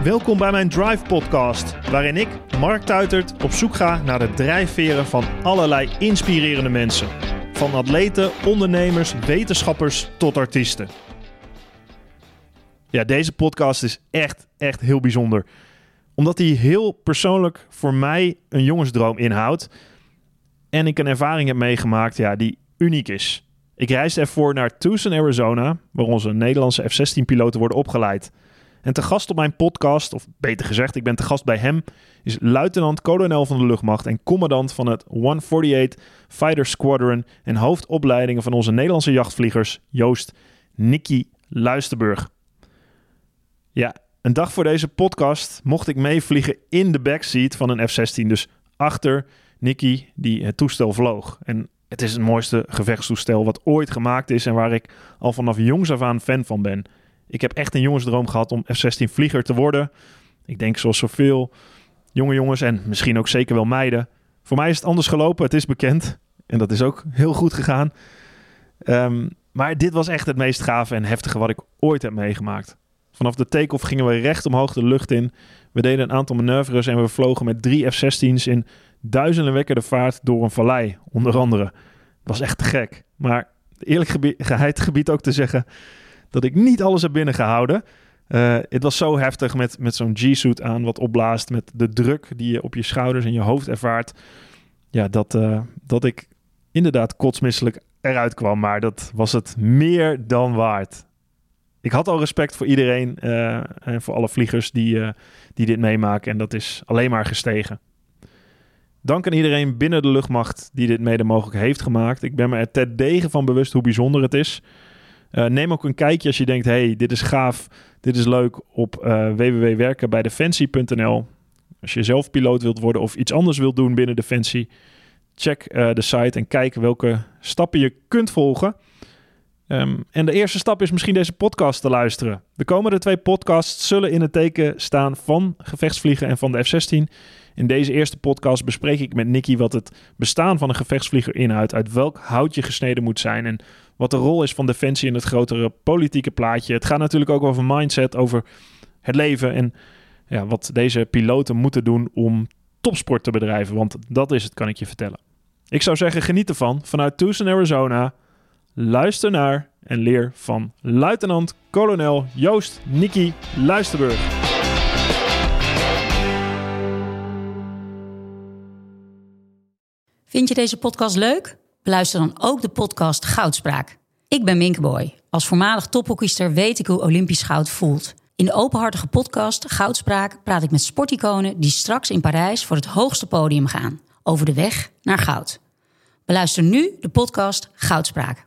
Welkom bij mijn Drive podcast, waarin ik, Mark Tuitert, op zoek ga naar de drijfveren van allerlei inspirerende mensen. Van atleten, ondernemers, wetenschappers tot artiesten. Ja, deze podcast is echt heel bijzonder. Omdat hij heel persoonlijk voor mij een jongensdroom inhoudt. En ik een ervaring heb meegemaakt die uniek is. Ik reisde ervoor naar Tucson, Arizona, waar onze Nederlandse F-16-piloten worden opgeleid. En te gast op mijn podcast, of beter gezegd, ik ben te gast bij hem, is luitenant-kolonel van de luchtmacht en commandant van het 148 Fighter Squadron en hoofdopleidingen van onze Nederlandse jachtvliegers, Joost Nicky Luisterburg. Ja, een dag voor deze podcast mocht ik meevliegen in de backseat van een F-16, dus achter Nicky die het toestel vloog. En het is het mooiste gevechtstoestel wat ooit gemaakt is en waar ik al vanaf jongs af aan fan van ben. Ik heb echt een jongensdroom gehad om F-16 vlieger te worden. Ik denk zoals zoveel jonge jongens en misschien ook zeker wel meiden. Voor mij is het anders gelopen, het is bekend. En dat is ook heel goed gegaan. Maar dit was echt het meest gave en heftige wat ik ooit heb meegemaakt. Vanaf de take-off gingen we recht omhoog de lucht in. We deden een aantal manoeuvres en we vlogen met 3 F-16's in duizelingwekkende vaart door een vallei, onder andere. Het was echt te gek. Maar eerlijkheid gebied ook te zeggen dat ik niet alles heb binnengehouden. Het was zo heftig met zo'n G-suit aan wat opblaast, met de druk die je op je schouders en je hoofd ervaart. Ja, dat ik inderdaad kotsmisselijk eruit kwam, maar dat was het meer dan waard. Ik had al respect voor iedereen en voor alle vliegers die dit meemaken en dat is alleen maar gestegen. Dank aan iedereen binnen de luchtmacht die dit mede mogelijk heeft gemaakt. Ik ben me er terdege van bewust hoe bijzonder het is. Neem ook een kijkje als je denkt, hey, dit is gaaf, dit is leuk op www.werkenbijdefensie.nl. Als je zelf piloot wilt worden of iets anders wilt doen binnen Defensie, check de site en kijk welke stappen je kunt volgen. En de eerste stap is misschien deze podcast te luisteren. De komende 2 podcasts zullen in het teken staan van gevechtsvliegen en van de F-16. In deze eerste podcast bespreek ik met Nicky wat het bestaan van een gevechtsvlieger inhoudt, uit welk hout je gesneden moet zijn en wat de rol is van Defensie in het grotere politieke plaatje. Het gaat natuurlijk ook over mindset, over het leven en wat deze piloten moeten doen om topsport te bedrijven, want dat is het, kan ik je vertellen. Ik zou zeggen, geniet ervan vanuit Tucson, Arizona. Luister naar en leer van luitenant-kolonel Joost Nicky Luisterburg. Vind je deze podcast leuk? Beluister dan ook de podcast Goudspraak. Ik ben Minkeboy. Als voormalig tophockeyster weet ik hoe Olympisch goud voelt. In de openhartige podcast Goudspraak praat ik met sporticonen die straks in Parijs voor het hoogste podium gaan. Over de weg naar goud. Beluister nu de podcast Goudspraak.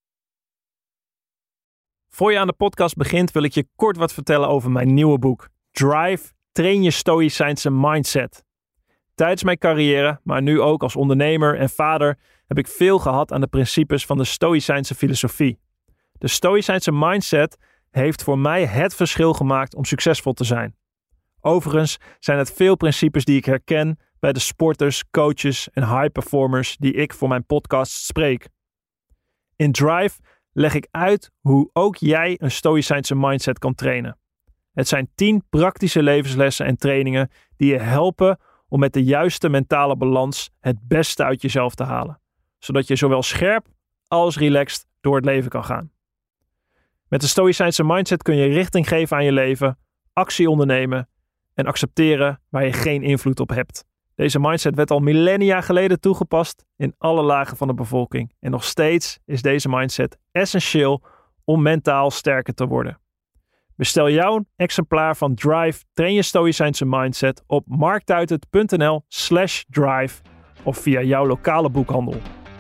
Voor je aan de podcast begint wil ik je kort wat vertellen over mijn nieuwe boek. Drive, train je stoïcijnse mindset. Tijdens mijn carrière, maar nu ook als ondernemer en vader, heb ik veel gehad aan de principes van de stoïcijnse filosofie. De stoïcijnse mindset heeft voor mij het verschil gemaakt om succesvol te zijn. Overigens zijn het veel principes die ik herken bij de sporters, coaches en high performers die ik voor mijn podcast spreek. In Drive leg ik uit hoe ook jij een stoïcijnse mindset kan trainen. Het zijn 10 praktische levenslessen en trainingen die je helpen om met de juiste mentale balans het beste uit jezelf te halen. Zodat je zowel scherp als relaxed door het leven kan gaan. Met de stoïcijnse mindset kun je richting geven aan je leven, actie ondernemen en accepteren waar je geen invloed op hebt. Deze mindset werd al millennia geleden toegepast in alle lagen van de bevolking. En nog steeds is deze mindset essentieel om mentaal sterker te worden. Bestel jouw exemplaar van Drive, train je stoïcijnse mindset op marktuitert.nl/drive of via jouw lokale boekhandel.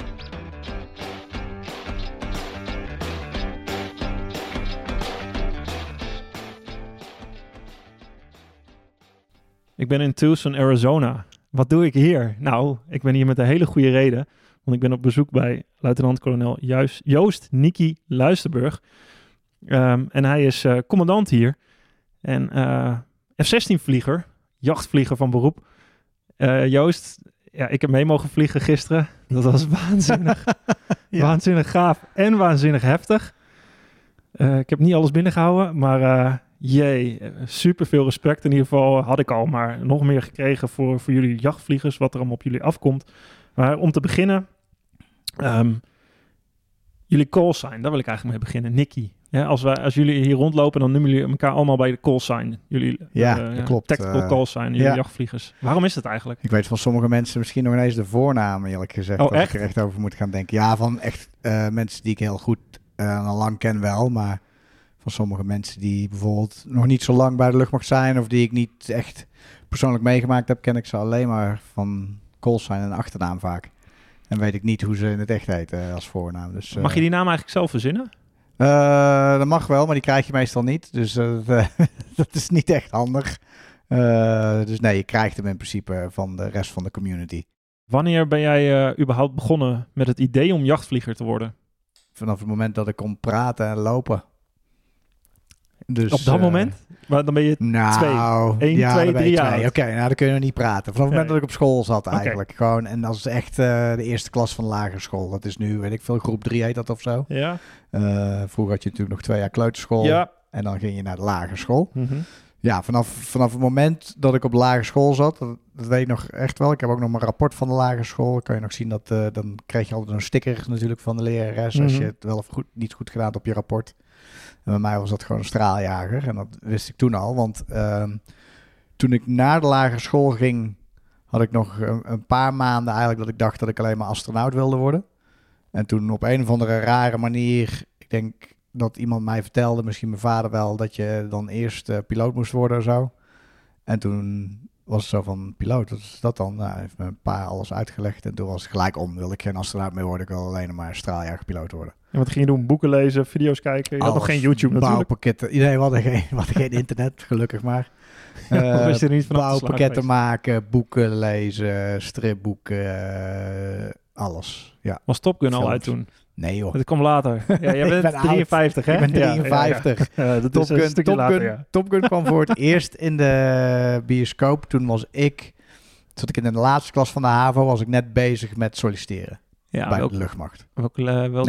Ik ben in Tucson, Arizona. Wat doe ik hier? Nou, ik ben hier met een hele goede reden. Want ik ben op bezoek bij luitenant-kolonel Joost Nicky Luisterburg. En hij is commandant hier. En F-16-vlieger, jachtvlieger van beroep. Joost, ik heb mee mogen vliegen gisteren. Dat was waanzinnig. Waanzinnig gaaf en waanzinnig heftig. Ik heb niet alles binnengehouden, maar super veel respect in ieder geval had ik al, maar nog meer gekregen voor jullie jachtvliegers, wat er allemaal op jullie afkomt. Maar om te beginnen, jullie callsign, daar wil ik eigenlijk mee beginnen. Nicky. Ja, als jullie hier rondlopen, dan noemen jullie elkaar allemaal bij de callsign. Jullie dat klopt. tactical callsign, jullie jachtvliegers. Waarom is dat eigenlijk? Ik weet van sommige mensen misschien nog ineens de voornaam, eerlijk gezegd. Oh, als echt? ik er echt over moet gaan denken. Ja, van echt mensen die ik heel goed al lang ken wel. Maar van sommige mensen die bijvoorbeeld nog niet zo lang bij de luchtmacht zijn, of die ik niet echt persoonlijk meegemaakt heb, ken ik ze alleen maar van callsign en achternaam vaak. En weet ik niet hoe ze in het echt heten als voornaam. Dus, Mag je die naam eigenlijk zelf verzinnen? Dat mag wel, maar die krijg je meestal niet. Dus dat is niet echt handig. Dus nee, je krijgt hem in principe van de rest van de community. Wanneer ben jij überhaupt begonnen met het idee om jachtvlieger te worden? Vanaf het moment dat ik kon praten en lopen. Dus, op dat moment? Maar dan ben je 1, 2, 3 jaar. Oké, nou dan kun je nog niet praten. Vanaf het moment dat ik op school zat eigenlijk. Gewoon, en dat is echt de eerste klas van de lagere school. Dat is nu, weet ik veel, groep 3 heet dat of zo. Ja. Vroeger had je natuurlijk nog 2 jaar kleuterschool. Ja. En dan ging je naar de lagere school. Mm-hmm. Ja, vanaf het moment dat ik op de lagere school zat, dat weet ik nog echt wel. Ik heb ook nog mijn rapport van de lagere school. Dan kan je nog zien dat, dan kreeg je altijd een sticker natuurlijk van de lerares. Als je het wel of niet goed gedaan had op je rapport. En bij mij was dat gewoon een straaljager. En dat wist ik toen al. Want toen ik naar de lagere school ging, had ik nog een paar maanden eigenlijk dat ik dacht dat ik alleen maar astronaut wilde worden. En toen op een of andere rare manier, ik denk dat iemand mij vertelde, misschien mijn vader wel, dat je dan eerst piloot moest worden of zo. En toen was het zo van, piloot, wat is dat dan? Nou, hij heeft me een paar alles uitgelegd en toen was het gelijk om. Wilde ik geen astronaut meer worden, ik wil alleen maar straaljagerpiloot worden. En wat ging je doen? Boeken lezen, video's kijken? Je had nog geen YouTube natuurlijk. Bouwpakketten. Nee, we hadden geen internet, gelukkig maar. Wist er niet van bouwpakketten maken, boeken lezen, stripboeken, alles. Ja. Was Top Gun Films. al uit toen? Nee joh. Dat kwam later. Ja, jij bent 53 hè? Ik ben 53. Ja. Dat is een stukje later, ja. Top Gun kwam voor het eerst in de bioscoop. Toen zat ik in de laatste klas van de HAVO, was ik net bezig met solliciteren bij de luchtmacht. Welk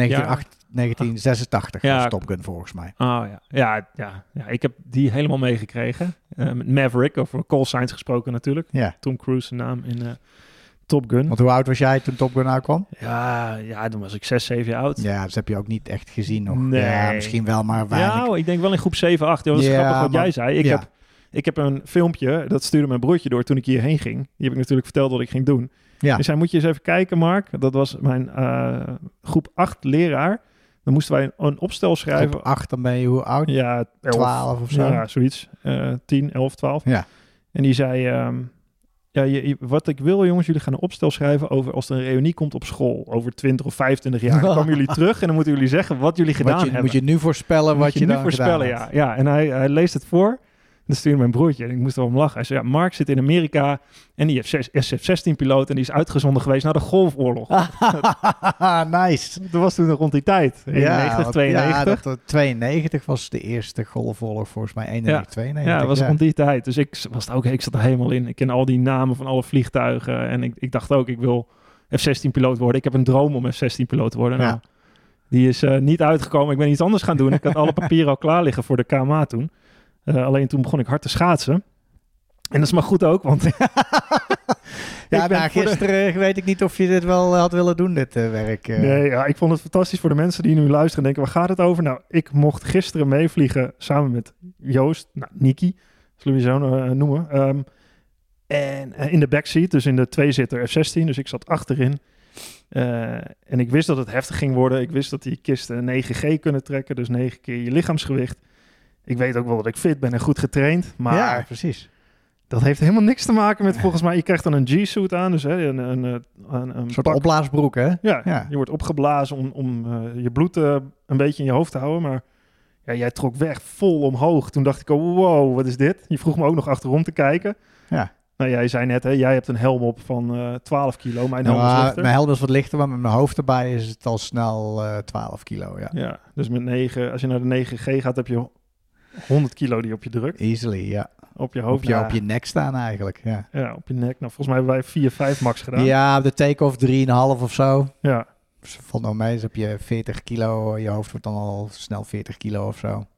1986 ja. was Top Gun volgens mij. Oh ja. Ja, ik heb die helemaal meegekregen. Met Maverick, over call signs gesproken natuurlijk. Ja. Tom Cruise zijn naam in Top Gun. Want hoe oud was jij toen Top Gun uitkwam? Ja, toen was ik 6, 7 jaar oud. Ja, dus heb je ook niet echt gezien nog. Nee. Ja, misschien wel, maar weinig. Ja, ik denk wel in groep 7, 8. Dat was grappig wat jij zei. Ik heb een filmpje, dat stuurde mijn broertje door toen ik hierheen ging. Die heb ik natuurlijk verteld wat ik ging doen. Ja. Dus hij moet je eens even kijken, Mark. Dat was mijn groep 8 leraar. Dan moesten wij een opstel schrijven. Groep 8, dan ben je hoe oud? Ja, 12 of zo. Ja, zoiets. 10, 11, 12. Ja. En die zei... wat ik wil, jongens, jullie gaan een opstel schrijven over als er een reunie komt op school. Over 20 of 25 jaar. Dan komen jullie terug en dan moeten jullie zeggen wat jullie gedaan hebben. Moet je nu voorspellen wat je dan gedaan hebt. Ja. En hij leest het voor. Dan stuurde mijn broertje en ik moest er om lachen. Hij zei, ja, Mark zit in Amerika en die heeft SF-16-piloot en die is uitgezonden geweest naar de Golfoorlog. Nice. Dat was toen rond die tijd. 91, 92. Ja, 92 was de eerste Golfoorlog volgens mij. 91, 92. Ja, dat was rond die tijd. Dus ik zat er helemaal in. Ik ken al die namen van alle vliegtuigen. En ik dacht ook, ik wil F-16-piloot worden. Ik heb een droom om F-16-piloot te worden. Ja. Nou, die is niet uitgekomen. Ik ben iets anders gaan doen. Ik had alle papieren al klaar liggen voor de KMA toen. Alleen toen begon ik hard te schaatsen. En dat is maar goed ook, want... Gisteren weet ik niet of je dit wel had willen doen, dit werk. Nee, ik vond het fantastisch voor de mensen die nu luisteren en denken, waar gaat het over? Nou, ik mocht gisteren meevliegen samen met Joost, Niki, zullen we je zo noemen. En in de backseat, dus in de tweezitter F-16, dus ik zat achterin. En ik wist dat het heftig ging worden. Ik wist dat die kisten 9G kunnen trekken, dus 9 keer je lichaamsgewicht. Ik weet ook wel dat ik fit ben en goed getraind, maar ja, precies. Dat heeft helemaal niks te maken met, volgens mij, je krijgt dan een G-suit aan, dus een soort pak. Opblaasbroek, hè? Ja, je wordt opgeblazen om je bloed een beetje in je hoofd te houden, maar ja, jij trok weg vol omhoog. Toen dacht ik, oh, wow, wat is dit? Je vroeg me ook nog achterom te kijken. Ja. Nou, jij zei net, hè, jij hebt een helm op van 12 kilo. Mijn helm is lichter. Mijn helm is wat lichter, maar met mijn hoofd erbij is het al snel 12 kilo, ja. Ja, dus met 9, als je naar de 9G gaat, heb je 100 kilo die op je drukt. Easily, ja. Op je hoofd. Op je nek staan eigenlijk, ja. Ja, op je nek. Nou, volgens mij hebben wij 4-5 max gedaan. Ja, de take-off 3,5 of zo. Ja. Dus valt nou mee, dus heb je 40 kilo. Je hoofd wordt dan al snel 40 kilo of zo.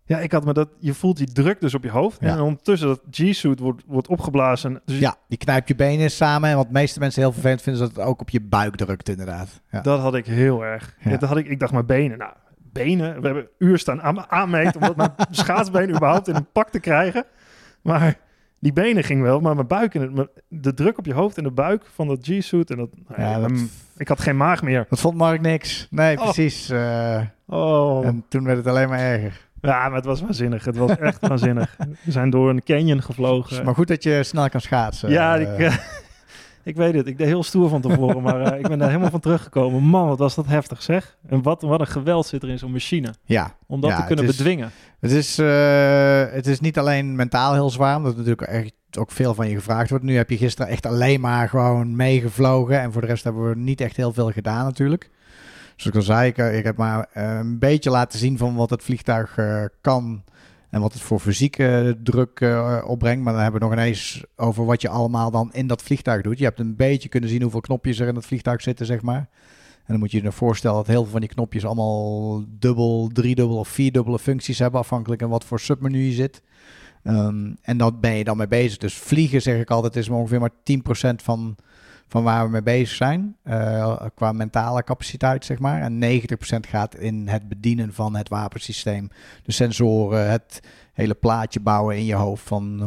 Ja, ik had me dat... Je voelt die druk dus op je hoofd. Ja. En ondertussen dat G-suit wordt opgeblazen. Dus Ja, die knijpt je benen samen. En wat de meeste mensen heel vervelend vinden, is dat het ook op je buik drukt, inderdaad. Ja. dat had ik heel erg. Ja. Ja, dat had ik dacht, mijn benen. Nou, benen. We hebben uur staan aanmeten om dat mijn schaatsbeen überhaupt in een pak te krijgen. Maar die benen ging wel. Maar mijn buik en de druk op je hoofd en de buik van dat G-suit. En dat, ik had geen maag meer. Dat vond Mark niks. Nee, Oh. precies. Oh. En toen werd het alleen maar erger. Ja, maar het was waanzinnig. Het was echt waanzinnig. We zijn door een canyon gevlogen. Maar goed dat je snel kan schaatsen. Ja, ik weet het. Ik deed heel stoer van tevoren, maar ik ben daar helemaal van teruggekomen. Man, wat was dat heftig, zeg. En wat een geweld zit er in zo'n machine. Ja. Om dat te kunnen bedwingen. Het is niet alleen mentaal heel zwaar, omdat natuurlijk echt ook veel van je gevraagd wordt. Nu heb je gisteren echt alleen maar gewoon meegevlogen. En voor de rest hebben we niet echt heel veel gedaan natuurlijk. Zoals ik al zei, ik heb maar een beetje laten zien van wat het vliegtuig kan. En wat het voor fysieke druk opbrengt. Maar dan hebben we nog ineens over wat je allemaal dan in dat vliegtuig doet. Je hebt een beetje kunnen zien hoeveel knopjes er in dat vliegtuig zitten, zeg maar. En dan moet je je voorstellen dat heel veel van die knopjes allemaal dubbel, driedubbel of vierdubbele functies hebben. Afhankelijk van wat voor submenu je zit. En daar ben je dan mee bezig. Dus vliegen, zeg ik altijd, is ongeveer maar 10% van waar we mee bezig zijn. Qua mentale capaciteit, zeg maar. En 90% gaat in het bedienen van het wapensysteem. De sensoren, het hele plaatje bouwen in je hoofd van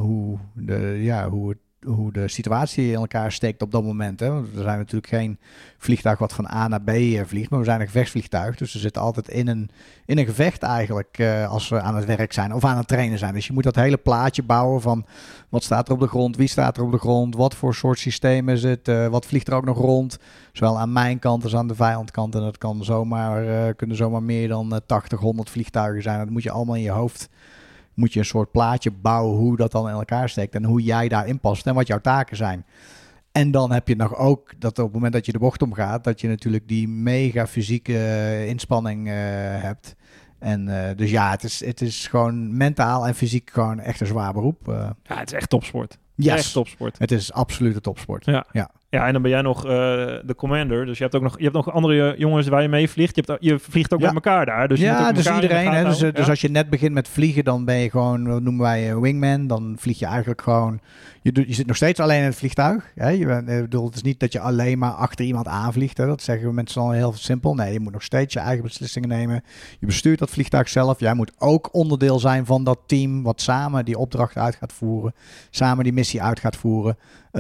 hoe de situatie in elkaar steekt op dat moment. Hè? Want er zijn natuurlijk geen vliegtuig wat van A naar B vliegt, maar we zijn een gevechtsvliegtuig. Dus we zitten altijd in een gevecht eigenlijk als we aan het werk zijn of aan het trainen zijn. Dus je moet dat hele plaatje bouwen van wat staat er op de grond, wie staat er op de grond, wat voor soort systeem is het, wat vliegt er ook nog rond. Zowel aan mijn kant als aan de vijandkant. En dat kan kunnen zomaar meer dan 80, 100 vliegtuigen zijn. Dat moet je allemaal in je hoofd. Moet je een soort plaatje bouwen hoe dat dan in elkaar steekt en hoe jij daarin past en wat jouw taken zijn. En dan heb je nog ook dat op het moment dat je de bocht omgaat, dat je natuurlijk die mega fysieke inspanning hebt. En dus ja, het is gewoon mentaal en fysiek gewoon echt een zwaar beroep. Ja, het is echt topsport. Yes. Echt topsport. Het is absolute topsport. Ja, en dan ben jij nog de commander. Dus je hebt nog andere jongens waar je mee vliegt. Je vliegt ook met elkaar daar. Dus je moet ook dus elkaar iedereen. in de gaten Dus als je net begint met vliegen, dan ben je gewoon, wat noemen wij een wingman. Dan vlieg je eigenlijk gewoon... Je zit nog steeds alleen in het vliegtuig. Hè? Het is niet dat je alleen maar achter iemand aanvliegt. Hè? Dat zeggen we mensen dan heel simpel. Nee, je moet nog steeds je eigen beslissingen nemen. Je bestuurt dat vliegtuig zelf. Jij moet ook onderdeel zijn van dat team wat samen die opdracht uit gaat voeren. Samen die missie uit gaat voeren.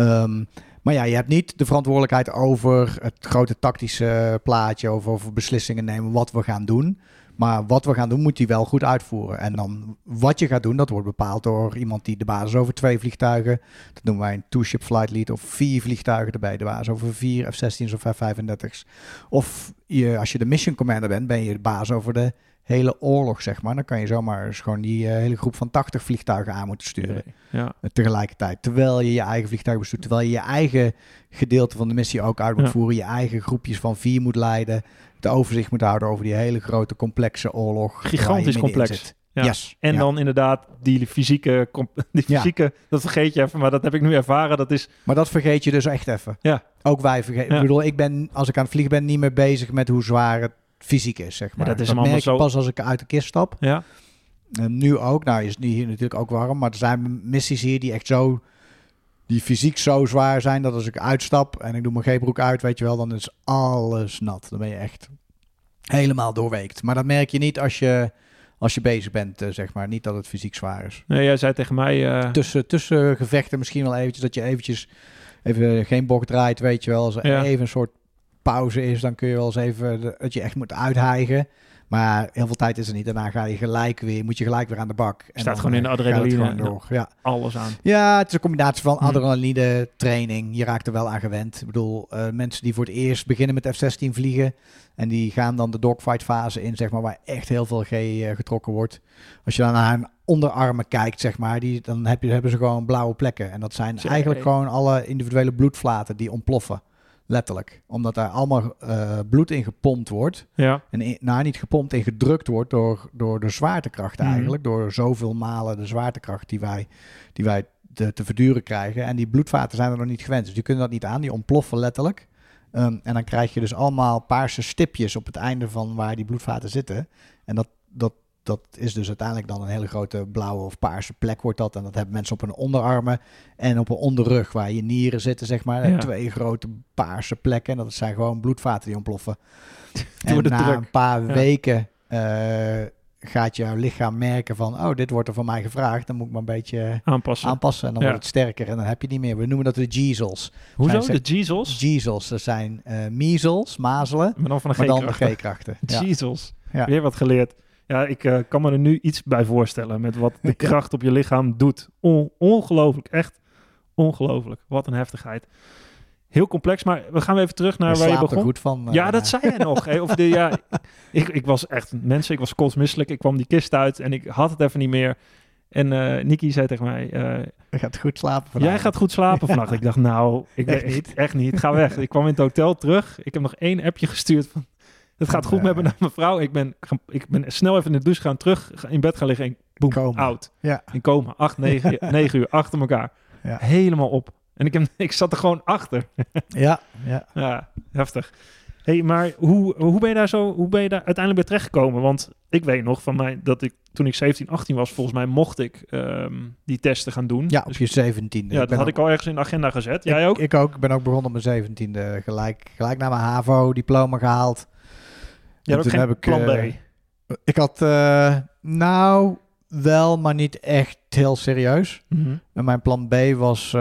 Maar ja, je hebt niet de verantwoordelijkheid over het grote tactische plaatje, over beslissingen nemen wat we gaan doen. Maar wat we gaan doen, moet die wel goed uitvoeren. En dan wat je gaat doen, dat wordt bepaald door iemand die de basis over 2 vliegtuigen. Dat noemen wij een 2-ship flight lead of 4 vliegtuigen erbij. De basis over 4 F-16's of F-35's. Of als je de mission commander bent, ben je de baas over de hele oorlog, zeg maar. Dan kan je zomaar eens gewoon die hele groep van 80 vliegtuigen aan moeten sturen. Ja. Tegelijkertijd. Terwijl je je eigen vliegtuig bestuurt. Terwijl je je eigen gedeelte van de missie ook uit moet voeren. Je eigen groepjes van 4 moet leiden. Het overzicht moet houden over die hele grote, complexe oorlog. Gigantisch complex. Ja. Yes. En dan inderdaad die fysieke, dat vergeet je even, maar dat heb ik nu ervaren. Dat is... Maar dat vergeet je dus echt even. Ja. Ook wij vergeten. Ja. Ik bedoel, als ik aan het vliegen ben, niet meer bezig met hoe zwaar het fysiek is, zeg maar. Ja, dat merk je pas als ik uit de kist stap. Ja. Nu ook. Nou, is het hier natuurlijk ook warm, maar er zijn missies hier die echt die fysiek zo zwaar zijn dat als ik uitstap en ik doe mijn G-broek uit, weet je wel, dan is alles nat. Dan ben je echt helemaal doorweekt. Maar dat merk je niet als je bezig bent, zeg maar. Niet dat het fysiek zwaar is. Nee, jij zei tegen mij... Tussen gevechten misschien wel eventjes, dat je eventjes even geen bocht draait, weet je wel. Als er even een soort pauze is, dan kun je wel eens even dat je echt moet uithijgen. Maar heel veel tijd is er niet. Daarna moet je gelijk weer aan de bak. En staat gewoon in de adrenaline door. Ja. Alles aan. Ja, het is een combinatie van adrenaline, training. Je raakt er wel aan gewend. Ik bedoel, mensen die voor het eerst beginnen met F-16 vliegen en die gaan dan de dogfight fase in, zeg maar, waar echt heel veel G getrokken wordt. Als je dan naar hun onderarmen kijkt, zeg maar, dan hebben ze gewoon blauwe plekken. En dat zijn eigenlijk gewoon alle individuele bloedvaten die ontploffen. Letterlijk. Omdat daar allemaal bloed in gepompt wordt. Ja. En niet gepompt, in gedrukt wordt door de zwaartekracht eigenlijk. Door zoveel malen de zwaartekracht die wij te verduren krijgen. En die bloedvaten zijn er nog niet gewend. Dus die kunnen dat niet aan. Die ontploffen letterlijk. En dan krijg je dus allemaal paarse stipjes op het einde van waar die bloedvaten zitten. En dat is dus uiteindelijk dan een hele grote blauwe of paarse plek wordt dat. En dat hebben mensen op hun onderarmen en op hun onderrug waar je nieren zitten, zeg maar. Ja. 2 grote paarse plekken. En dat zijn gewoon bloedvaten die ontploffen. En na druk. een paar weken gaat jouw lichaam merken van, dit wordt er van mij gevraagd. Dan moet ik maar een beetje aanpassen. En dan wordt het sterker. En dan heb je het niet meer. We noemen dat de Geezels. Hoezo? De Geezels? Geezels, dat zijn measles, mazelen. Maar dan van de G-krachten. Geezels. Ja. Weer wat geleerd. Ja, ik kan me er nu iets bij voorstellen met wat de kracht op je lichaam doet. Ongelooflijk, echt ongelooflijk. Wat een heftigheid. Heel complex, maar we gaan weer even terug naar waar je begon. Er goed van. Ja, dat zei jij nog. Ik was echt ik was kotsmisselijk. Ik kwam die kist uit en ik had het even niet meer. En Nicky zei tegen mij... je gaat goed slapen vannacht. Jij gaat goed slapen vannacht. Ik dacht, echt niet. Ga weg. Ik kwam in het hotel terug. Ik heb nog 1 appje gestuurd van... Het gaat goed met me naar mijn vrouw. Ik ben snel even in de douche gaan, terug in bed gaan liggen en boem, oud. Ja. In coma. 8, 9 uur achter elkaar. Ja. Helemaal op. En ik zat er gewoon achter. Ja. Ja, heftig. Hey, maar hoe ben je daar uiteindelijk bij terechtgekomen? Want ik weet nog van mij dat toen ik 17, 18 was, volgens mij mocht ik die testen gaan doen. Ja, op je 17e. Ja, dat had ik al ergens in de agenda gezet. Jij ook? Ik ook. Ik ben ook begonnen op mijn 17e. Gelijk na mijn HAVO-diploma gehaald. Ja, dat geen plan B. Ik had wel, maar niet echt heel serieus. Mm-hmm. En mijn plan B was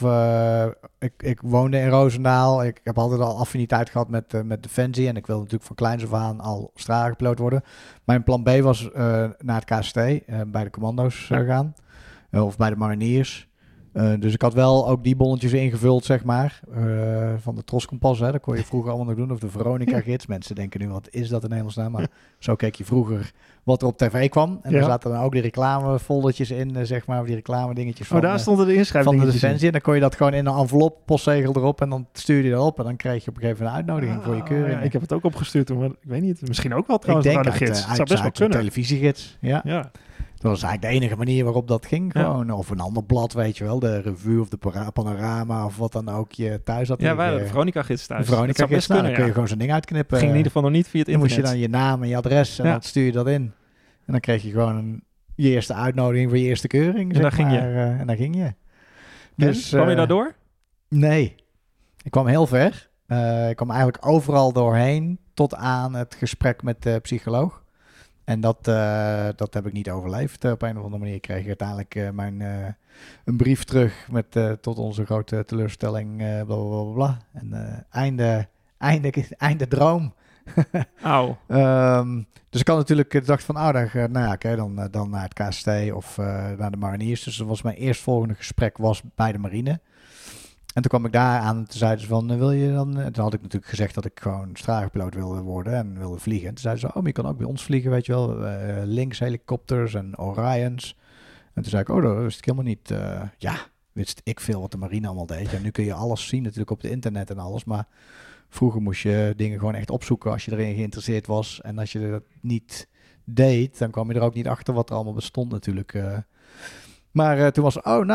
ik woonde in Roosendaal. Ik heb altijd al affiniteit gehad met Defensie. En ik wilde natuurlijk van kleins af aan al straalpiloot worden. Mijn plan B was naar het KST, bij de commando's gaan. Of bij de mariniers. Dus ik had wel ook die bonnetjes ingevuld, zeg maar. Van de Troskompas, hè. Dat kon je vroeger allemaal nog doen. Of de Veronica-gids. Mensen denken nu, wat is dat in hemelsnaam? Maar zo keek je vroeger wat er op tv kwam. En daar zaten dan ook die reclamefoldertjes in, zeg maar. Die reclame dingetjes van, daar stonden de inschrijvingen van de Defensie. En dan kon je dat gewoon in een envelop, postzegel erop. En dan stuurde je dat op. En dan kreeg je op een gegeven moment een uitnodiging voor je keuring. Ja, ik heb het ook opgestuurd toen. Maar ik weet niet, misschien ook wel trouwens. Ik denk de gids. Het zou best wel kunnen. Een televisiegids, ja. Dat was eigenlijk de enige manier waarop dat ging. Gewoon. Of een ander blad, weet je wel. De revue of de panorama of wat dan ook je thuis had. Ja, wij hadden de Veronica-gids thuis. De Veronica-gids, dan kun je gewoon zo'n ding uitknippen. Ging in ieder geval nog niet via het internet. Dan moest je dan je naam en je adres en dan stuur je dat in. En dan kreeg je gewoon je eerste uitnodiging voor je eerste keuring. En daar ging je. En daar ging je. Dus, kwam je daardoor? Nee. Ik kwam heel ver. Ik kwam eigenlijk overal doorheen tot aan het gesprek met de psycholoog. En dat heb ik niet overleefd. Op een of andere manier kreeg ik uiteindelijk een brief terug met tot onze grote teleurstelling, bla bla bla bla. En einde droom. Auw. Dus ik had natuurlijk dacht van, dan naar het KST of naar de mariniers. Dus dat was mijn eerstvolgende gesprek was bij de marine. En toen kwam ik daar aan en toen zeiden ze van, wil je dan... Toen had ik natuurlijk gezegd dat ik gewoon straalpiloot wilde worden en wilde vliegen. En toen zeiden ze, maar je kan ook bij ons vliegen, weet je wel. Lynx helikopters en Orions. En toen zei ik, dat wist ik helemaal niet. Wist ik veel wat de marine allemaal deed. Ja, nu kun je alles zien natuurlijk op het internet en alles. Maar vroeger moest je dingen gewoon echt opzoeken als je erin geïnteresseerd was. En als je dat niet deed, dan kwam je er ook niet achter wat er allemaal bestond natuurlijk. Maar toen was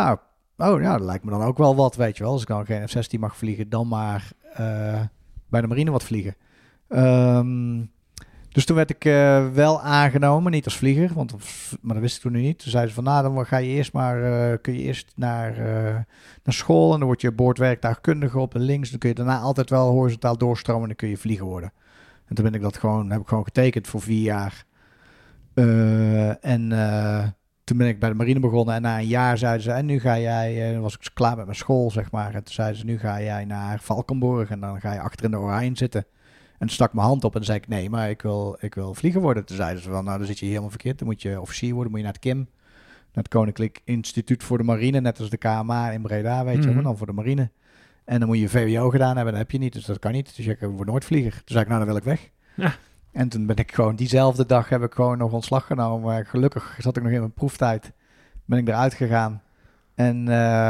dat lijkt me dan ook wel wat, weet je wel. Als ik dan geen F-16 mag vliegen, dan maar bij de marine wat vliegen. Dus toen werd ik wel aangenomen, niet als vlieger, maar dat wist ik toen niet. Toen zeiden ze van, dan ga je kun je eerst naar school en dan word je boordwerktuigkundige op de links. Dan kun je daarna altijd wel horizontaal doorstromen en dan kun je vlieger worden. En toen heb ik gewoon getekend voor 4 jaar. Toen ben ik bij de marine begonnen en na een jaar zeiden ze, en nu ga jij, dan was ik klaar met mijn school, zeg maar. En toen zeiden ze, nu ga jij naar Valkenburg en dan ga je achter in de Orion zitten. En toen stak mijn hand op en toen zei ik, nee, maar ik wil vlieger worden. Toen zeiden ze van, dan zit je helemaal verkeerd. Dan moet je officier worden, moet je naar het KIM, naar het Koninklijk Instituut voor de Marine, net als de KMA in Breda, weet je wel, maar dan voor de marine. En dan moet je VWO gedaan hebben, dat heb je niet, dus dat kan niet. Dus ik word nooit vlieger. Toen zei ik, dan wil ik weg. Ja. En toen ben ik gewoon diezelfde dag heb ik gewoon nog ontslag genomen. Maar gelukkig zat ik nog in mijn proeftijd. Ben ik eruit gegaan. En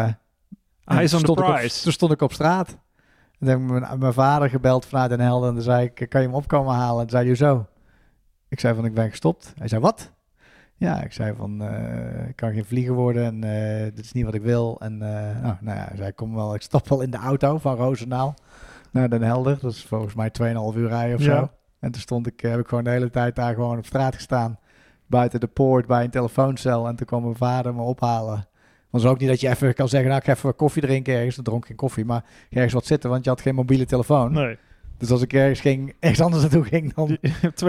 toen stond ik op straat. En toen heb ik mijn vader gebeld vanuit Den Helder. En toen zei ik, kan je hem op komen halen? En toen zei hij, zo. Ik zei van, ik ben gestopt. Hij zei, wat? Ja, ik zei van, ik kan geen vlieger worden. En dit is niet wat ik wil. En hij zei, ik stap wel in de auto van Roosendaal naar Den Helder. Dat is volgens mij 2,5 uur rijden of zo. En toen heb ik gewoon de hele tijd daar gewoon op straat gestaan. buiten de poort bij een telefooncel. En toen kwam mijn vader me ophalen. Want het is ook niet dat je even kan zeggen, nou, ik ga even koffie drinken ergens. Dan dronk geen koffie, maar ergens wat zitten, want je had geen mobiele telefoon. Nee. Dus als ik ergens anders naartoe ging, dan... Je hebt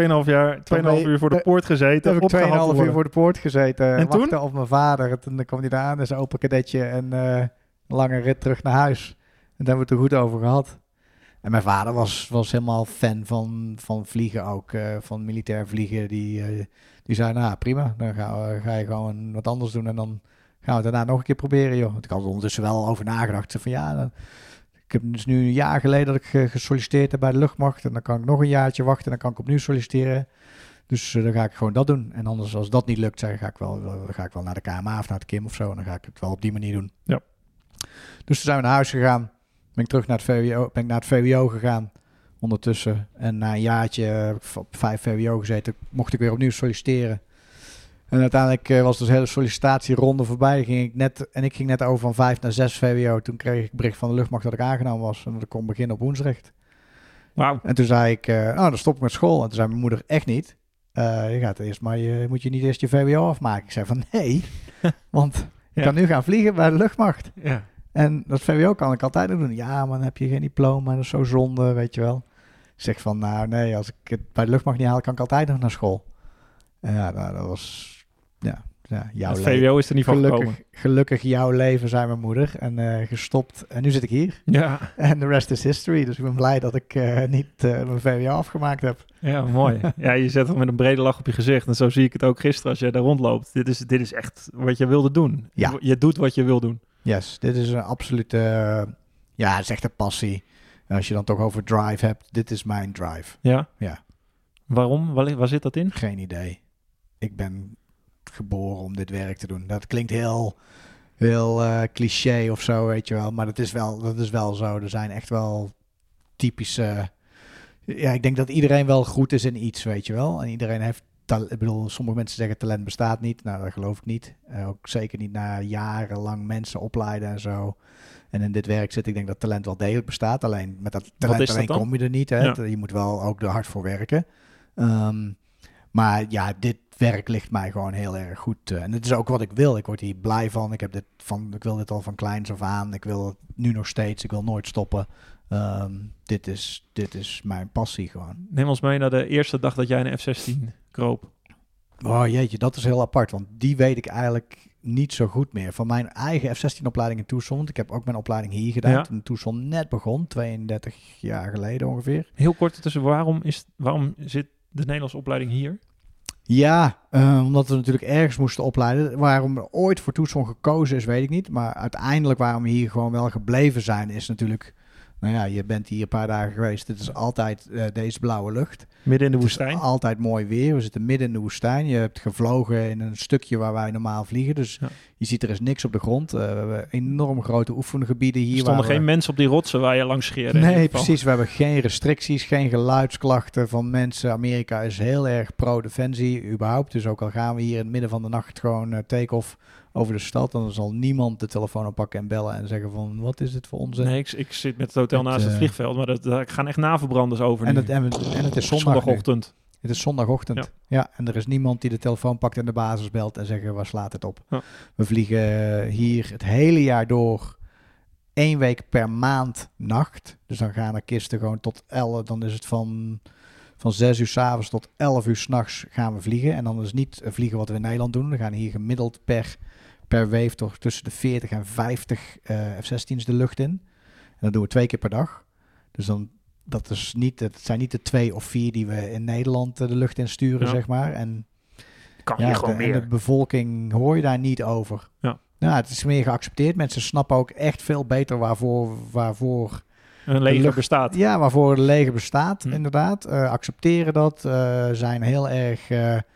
2,5 uur voor de poort gezeten. Heb ik 2,5 uur voor de poort gezeten. En wachten toen? op mijn vader. En toen kwam hij eraan, dus een open kadetje en een lange rit terug naar huis. En daar hebben we het er goed over gehad. En mijn vader was helemaal fan van vliegen ook. Van militair vliegen. Die zei, nou prima, dan ga je gewoon wat anders doen. En dan gaan we het daarna nog een keer proberen, joh. Want ik had er ondertussen wel over nagedacht. Van ja, ik heb dus nu een jaar geleden dat ik gesolliciteerd heb bij de luchtmacht. En dan kan ik nog een jaartje wachten en dan kan ik opnieuw solliciteren. Dus dan ga ik gewoon dat doen. En anders, als dat niet lukt, ga ik wel naar de KMA of naar de KIM of zo. En dan ga ik het wel op die manier doen. Ja. Dus toen zijn we naar huis gegaan. Ben ik terug naar het VWO gegaan ondertussen. En na een jaartje op 5 VWO gezeten, mocht ik weer opnieuw solliciteren. En uiteindelijk was dus de hele sollicitatieronde voorbij. Ik ging net over van 5 naar 6 VWO. Toen kreeg ik bericht van de luchtmacht dat ik aangenomen was. En dat ik kon beginnen op Woensdrecht. Wauw. En toen zei ik, dan stop ik met school. En toen zei mijn moeder, echt niet. Je gaat eerst maar, moet je niet eerst je VWO afmaken? Ik zei van nee, want ik kan nu gaan vliegen bij de luchtmacht. Ja. En dat VWO kan ik altijd nog doen. Ja, maar dan heb je geen diploma. Dat is zo zonde, weet je wel. Ik zeg van, nou nee, als ik het bij de luchtmacht niet haal, kan ik altijd nog naar school. Ja, nou, dat was... Ja, jouw Het leven. VWO is er niet van gekomen. Gelukkig jouw leven, zei mijn moeder. En gestopt. En nu zit ik hier. Ja. En the rest is history. Dus ik ben blij dat ik niet mijn VWO afgemaakt heb. Ja, mooi. Ja, je zet hem met een brede lach op je gezicht. En zo zie ik het ook gisteren als jij daar rondloopt. Dit is echt wat je wilde doen. Ja. Je doet wat je wil doen. Yes, dit is een absolute... het is echt een passie. En als je dan toch over drive hebt, dit is mijn drive. Ja? Ja. Waarom? Waar zit dat in? Geen idee. Ik ben geboren om dit werk te doen. Dat klinkt heel cliché of zo, weet je wel. Maar dat is wel zo. Er zijn echt wel typische... Ja, ik denk dat iedereen wel goed is in iets, weet je wel. En iedereen heeft... Ik bedoel, sommige mensen zeggen talent bestaat niet. Nou, dat geloof ik niet. Ook zeker niet na jarenlang mensen opleiden en zo. En in dit werk zit, ik denk dat talent wel degelijk bestaat. Alleen met dat talent alleen kom je er niet. Hè? Ja. Je moet wel ook er hard voor werken. Maar ja, dit werk ligt mij gewoon heel erg goed. En het is ook wat ik wil. Ik word hier blij van. Ik wil dit al van kleins af aan. Ik wil het nu nog steeds. Ik wil nooit stoppen. Dit is mijn passie gewoon. Neem ons mee naar de eerste dag dat jij een F-16 kroop. Oh jeetje, dat is heel apart. Want die weet ik eigenlijk niet zo goed meer. Van mijn eigen F-16-opleiding in Tucson. Want ik heb ook mijn opleiding hier gedaan. Ja. Toen Tucson net begon. 32 jaar geleden ongeveer. Heel kort ertussen. Waarom zit de Nederlandse opleiding hier? Ja, omdat we natuurlijk ergens moesten opleiden. Waarom er ooit voor Tucson gekozen is, weet ik niet. Maar uiteindelijk waarom we hier gewoon wel gebleven zijn, is natuurlijk... Nou ja, je bent hier een paar dagen geweest. Het is altijd deze blauwe lucht. Midden in de woestijn? Het is altijd mooi weer. We zitten midden in de woestijn. Je hebt gevlogen in een stukje waar wij normaal vliegen. Dus je ziet er is niks op de grond. We hebben enorm grote oefengebieden hier. Er stonden geen mensen op die rotsen waar je langs scheerde. Nee, precies. We hebben geen restricties, geen geluidsklachten van mensen. Amerika is heel erg pro-defensie überhaupt. Dus ook al gaan we hier in het midden van de nacht gewoon take-off over de stad, dan zal niemand de telefoon oppakken en bellen en zeggen van, wat is dit voor onzin? Nee, ik zit met het hotel naast het vliegveld, maar daar gaan echt navelbranders over en het is zondagochtend. Het is zondagochtend. Ja, en er is niemand die de telefoon pakt en de basis belt en zegt, waar slaat het op? Ja. We vliegen hier het hele jaar door 1 week per maand nacht. Dus dan gaan de kisten gewoon tot 11, dan is het van 6 uur 's avonds tot 11 uur 's nachts gaan we vliegen. En dan is niet vliegen wat we in Nederland doen. We gaan hier gemiddeld per wave toch tussen de 40 en 50 F-16's de lucht in. En dat doen we 2 keer per dag. Dus dan, het zijn niet de 2 of 4 die we in Nederland de lucht in sturen, zeg maar. En kan je gewoon meer. En de bevolking hoor je daar niet over. Ja. Nou, het is meer geaccepteerd. Mensen snappen ook echt veel beter waarvoor een leger bestaat. Ja, waarvoor het leger bestaat, inderdaad. Accepteren dat. Zijn heel erg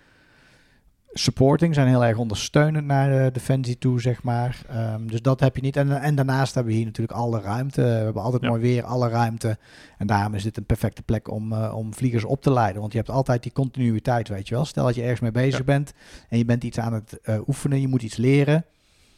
supporting, zijn heel erg ondersteunend naar de defensie toe, zeg maar. Dus dat heb je niet. En daarnaast hebben we hier natuurlijk alle ruimte. We hebben altijd mooi weer, alle ruimte. En daarom is dit een perfecte plek om vliegers op te leiden. Want je hebt altijd die continuïteit, weet je wel. Stel dat je ergens mee bezig bent en je bent iets aan het oefenen, je moet iets leren.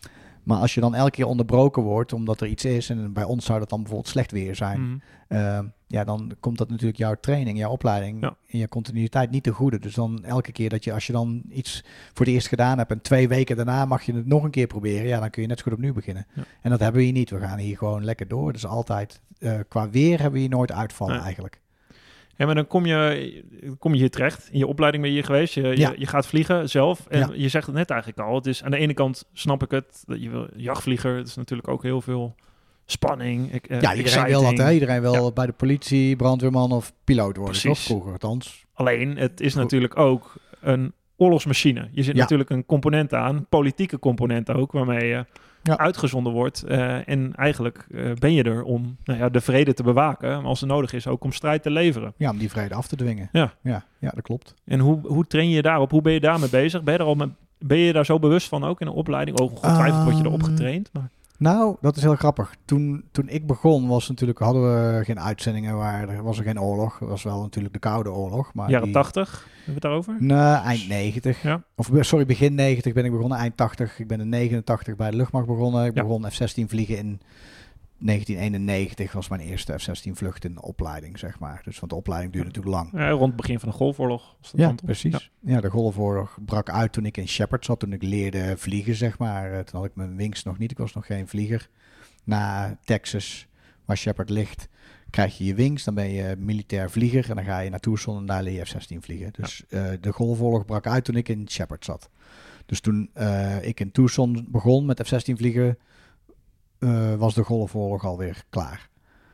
Maar als je dan elke keer onderbroken wordt omdat er iets is, en bij ons zou dat dan bijvoorbeeld slecht weer zijn, dan komt dat natuurlijk jouw training, jouw opleiding en je continuïteit niet te goede. Dus dan elke keer als je dan iets voor het eerst gedaan hebt en 2 weken daarna mag je het nog een keer proberen, dan kun je net zo goed opnieuw beginnen. Ja. En dat hebben we hier niet. We gaan hier gewoon lekker door. Dus altijd, qua weer hebben we hier nooit uitvallen eigenlijk. Ja, maar dan kom je hier terecht. In je opleiding ben je hier geweest. Je gaat vliegen zelf. En je zegt het net eigenlijk al. Het is aan de ene kant, snap ik het, dat je wil jachtvlieger. Het is natuurlijk ook heel veel spanning. Iedereen wil dat, hè? Iedereen wil bij de politie, brandweerman of piloot worden. Toch vroeger, althans. Alleen, het is natuurlijk ook een oorlogsmachine. Je zit natuurlijk een component aan, politieke component ook, waarmee je uitgezonden wordt. En eigenlijk ben je er om de vrede te bewaken. Maar als het nodig is, ook om strijd te leveren. Ja, om die vrede af te dwingen. Ja, dat klopt. En hoe train je daarop? Hoe ben je daarmee bezig? Ben je daar zo bewust van ook in een opleiding? Ongetwijfeld word je erop getraind. Maar... Nou, dat is heel grappig. Toen ik begon hadden we geen uitzendingen was er geen oorlog. Het was wel natuurlijk de Koude Oorlog. Maar jaren 80, hebben we het daarover? Nee, eind 90. Ja. Begin 90 ben ik begonnen, eind 80. Ik ben in 89 bij de luchtmacht begonnen. Ik begon F-16 vliegen in 1991. Was mijn eerste F-16 vlucht in de opleiding, zeg maar. Dus want de opleiding duurde natuurlijk lang. Ja, rond het begin van de Golfoorlog. Precies. Ja, de Golfoorlog brak uit toen ik in Shepherd zat. Toen ik leerde vliegen, zeg maar. Toen had ik mijn wings nog niet. Ik was nog geen vlieger. Na Texas, waar Shepherd ligt, krijg je je wings. Dan ben je militair vlieger. En dan ga je naar Tucson en daar leer je F-16 vliegen. Dus de Golfoorlog brak uit toen ik in Shepherd zat. Dus toen ik in Tucson begon met F-16 vliegen, was de Golfoorlog alweer klaar.